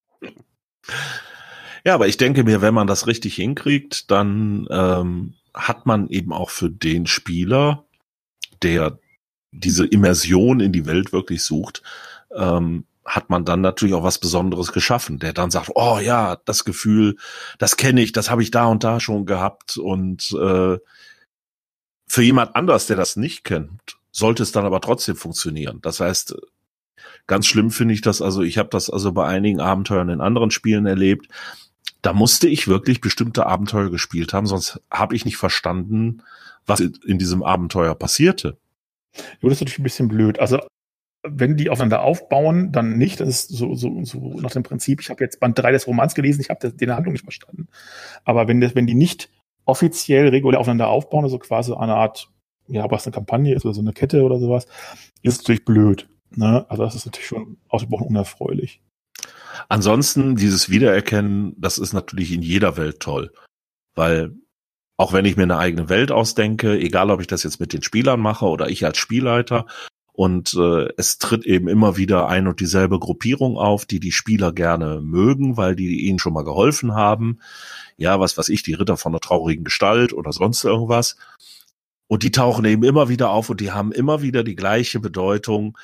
Ja, aber ich denke mir, wenn man das richtig hinkriegt, dann hat man eben auch für den Spieler, der diese Immersion in die Welt wirklich sucht, hat man dann natürlich auch was Besonderes geschaffen, der dann sagt, oh ja, das Gefühl, das kenne ich, das habe ich da und da schon gehabt. Und für jemand anders, der das nicht kennt, sollte es dann aber trotzdem funktionieren. Das heißt, ganz schlimm finde ich das, also ich habe das also bei einigen Abenteuern in anderen Spielen erlebt, da musste ich wirklich bestimmte Abenteuer gespielt haben, sonst habe ich nicht verstanden, was in diesem Abenteuer passierte. Ja, das ist natürlich ein bisschen blöd. Also wenn die aufeinander aufbauen, dann nicht. Das ist so nach dem Prinzip, ich habe jetzt Band 3 des Romans gelesen, ich habe die Handlung nicht verstanden. Aber wenn die nicht offiziell regulär aufeinander aufbauen, also quasi eine Art ja, was eine Kampagne ist oder so eine Kette oder sowas, ist natürlich blöd. Ne? Also das ist natürlich schon ausgesprochen unerfreulich. Ansonsten dieses Wiedererkennen, das ist natürlich in jeder Welt toll, weil auch wenn ich mir eine eigene Welt ausdenke, egal ob ich das jetzt mit den Spielern mache oder ich als Spielleiter, und es tritt eben immer wieder ein und dieselbe Gruppierung auf, die Spieler gerne mögen, weil die ihnen schon mal geholfen haben. Ja, was weiß ich, die Ritter von der traurigen Gestalt oder sonst irgendwas. Und die tauchen eben immer wieder auf und die haben immer wieder die gleiche Bedeutung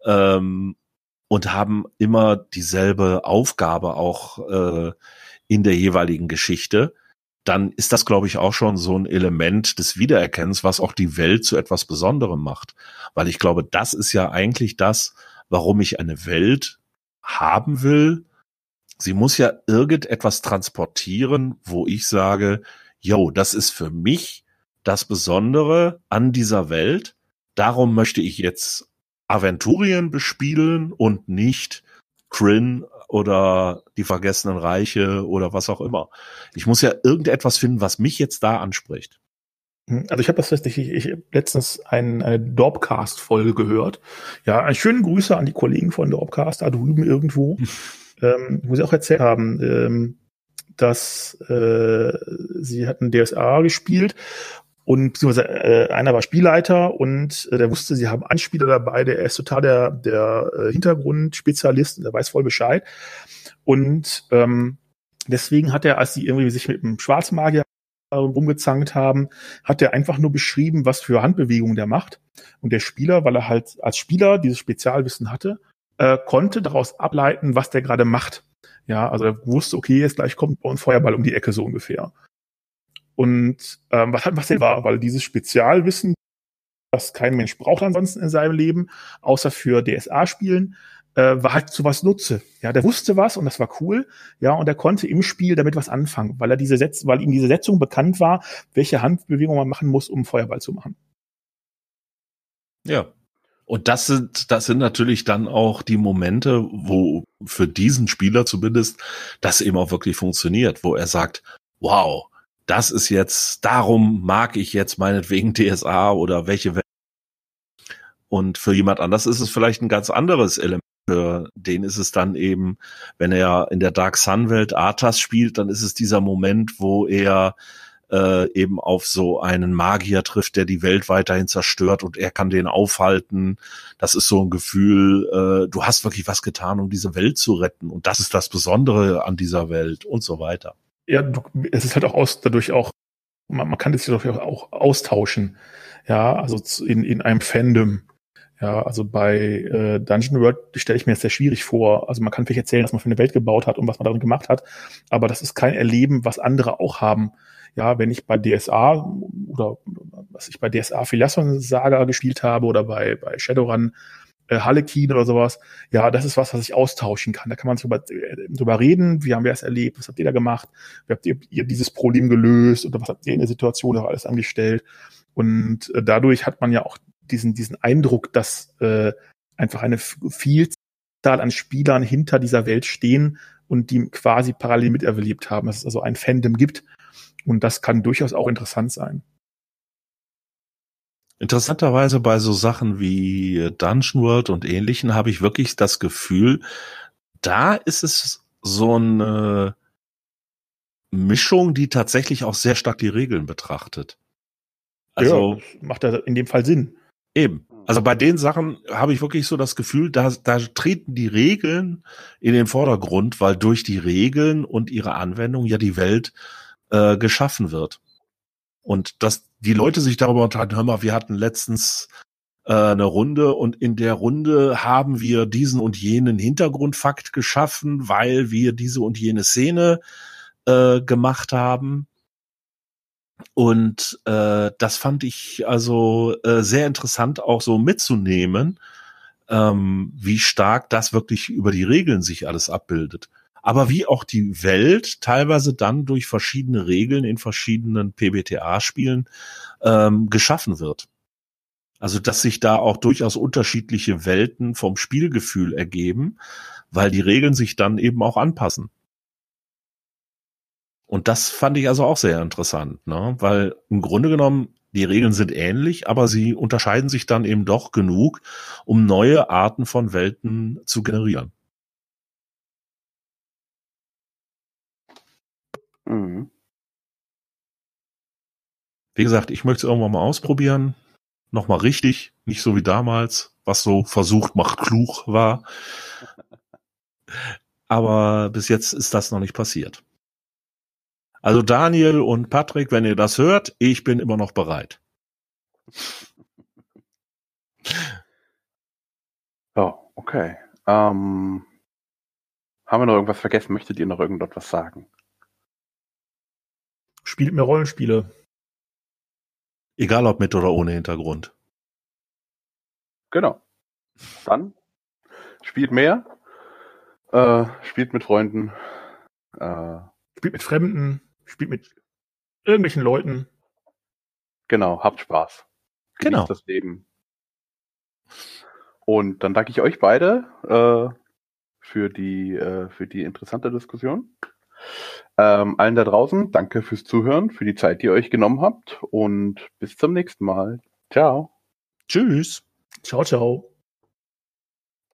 und haben immer dieselbe Aufgabe auch in der jeweiligen Geschichte. Dann ist das, glaube ich, auch schon so ein Element des Wiedererkennens, was auch die Welt zu etwas Besonderem macht. Weil ich glaube, das ist ja eigentlich das, warum ich eine Welt haben will. Sie muss ja irgendetwas transportieren, wo ich sage, yo, das ist für mich das Besondere an dieser Welt. Darum möchte ich jetzt Aventurien bespielen und nicht Krynn oder die Vergessenen Reiche oder was auch immer. Ich muss ja irgendetwas finden, was mich jetzt da anspricht. Also ich habe das tatsächlich, ich hab letztens eine Dorpcast-Folge gehört. Ja, einen schönen Grüße an die Kollegen von Dorpcast da drüben irgendwo, wo sie auch erzählt haben, dass sie hatten DSA gespielt und beziehungsweise einer war Spielleiter und der wusste, sie haben einen Spieler dabei, der ist total der Hintergrundspezialist, der weiß voll Bescheid. Und deswegen hat er, als sie irgendwie sich mit einem Schwarzmagier rumgezankt haben, hat er einfach nur beschrieben, was für Handbewegungen der macht. Und der Spieler, weil er halt als Spieler dieses Spezialwissen hatte, konnte daraus ableiten, was der gerade macht. Ja, also er wusste, okay, jetzt gleich kommt ein Feuerball um die Ecke, so ungefähr. Und was denn war, weil dieses Spezialwissen, das kein Mensch braucht ansonsten in seinem Leben, außer für DSA-Spielen, war halt zu was Nutze. Ja, der wusste was und das war cool. Ja, und er konnte im Spiel damit was anfangen, weil ihm diese Setzung bekannt war, welche Handbewegung man machen muss, um Feuerball zu machen. Ja. Und das sind natürlich dann auch die Momente, wo für diesen Spieler zumindest das eben auch wirklich funktioniert, wo er sagt, wow, das ist jetzt, darum mag ich jetzt meinetwegen DSA oder welche Welt. Und für jemand anders ist es vielleicht ein ganz anderes Element. Für den ist es dann eben, wenn er in der Dark Sun Welt Arthas spielt, dann ist es dieser Moment, wo er eben auf so einen Magier trifft, der die Welt weiterhin zerstört und er kann den aufhalten. Das ist so ein Gefühl, du hast wirklich was getan, um diese Welt zu retten und das ist das Besondere an dieser Welt und so weiter. Ja, es ist halt auch dadurch auch, man kann das ja auch austauschen. Ja, also in einem Fandom. Ja, also bei Dungeon World stelle ich mir das sehr schwierig vor. Also man kann vielleicht erzählen, was man für eine Welt gebaut hat und was man darin gemacht hat, aber das ist kein Erleben, was andere auch haben. Ja, wenn ich bei DSA oder was ich bei DSA Philasson Saga gespielt habe oder bei Shadowrun Harlequin oder sowas, ja, das ist was ich austauschen kann. Da kann man drüber reden, wie haben wir es erlebt, was habt ihr da gemacht, wie habt ihr dieses Problem gelöst oder was habt ihr in der Situation auch alles angestellt. Und dadurch hat man ja auch diesen Eindruck, dass einfach eine Vielzahl an Spielern hinter dieser Welt stehen und die quasi parallel miterlebt haben, dass es also ein Fandom gibt. Und das kann durchaus auch interessant sein. Interessanterweise bei so Sachen wie Dungeon World und Ähnlichen habe ich wirklich das Gefühl, da ist es so eine Mischung, die tatsächlich auch sehr stark die Regeln betrachtet. Also ja, das macht ja in dem Fall Sinn. Eben. Also bei den Sachen habe ich wirklich so das Gefühl, da treten die Regeln in den Vordergrund, weil durch die Regeln und ihre Anwendung ja die Welt geschaffen wird. Und dass die Leute sich darüber unterhalten, hör mal, wir hatten letztens eine Runde und in der Runde haben wir diesen und jenen Hintergrundfakt geschaffen, weil wir diese und jene Szene gemacht haben. Und das fand ich also sehr interessant auch so mitzunehmen, wie stark das wirklich über die Regeln sich alles abbildet. Aber wie auch die Welt teilweise dann durch verschiedene Regeln in verschiedenen PBTA-Spielen geschaffen wird. Also dass sich da auch durchaus unterschiedliche Welten vom Spielgefühl ergeben, weil die Regeln sich dann eben auch anpassen. Und das fand ich also auch sehr interessant, ne? Weil im Grunde genommen Die Regeln sind ähnlich, aber sie unterscheiden sich dann eben doch genug, um neue Arten von Welten zu generieren. Mhm. Wie gesagt, ich möchte es irgendwann mal ausprobieren. Nochmal richtig, nicht so wie damals, was so versucht macht klug war. Aber bis jetzt ist das noch nicht passiert. Also Daniel und Patrick, wenn ihr das hört, ich bin immer noch bereit. Oh, okay. Haben wir noch irgendwas vergessen? Möchtet ihr noch irgendetwas sagen? Spielt mehr Rollenspiele. Egal ob mit oder ohne Hintergrund. Genau. Dann spielt mehr. Spielt mit Freunden. Spielt mit Fremden. Spielt mit irgendwelchen Leuten. Genau, habt Spaß. Genießt Genau. das Leben. Und dann danke ich euch beide für die interessante Diskussion. Allen da draußen, danke fürs Zuhören, für die Zeit, die ihr euch genommen habt und bis zum nächsten Mal. Ciao. Tschüss. Ciao, ciao.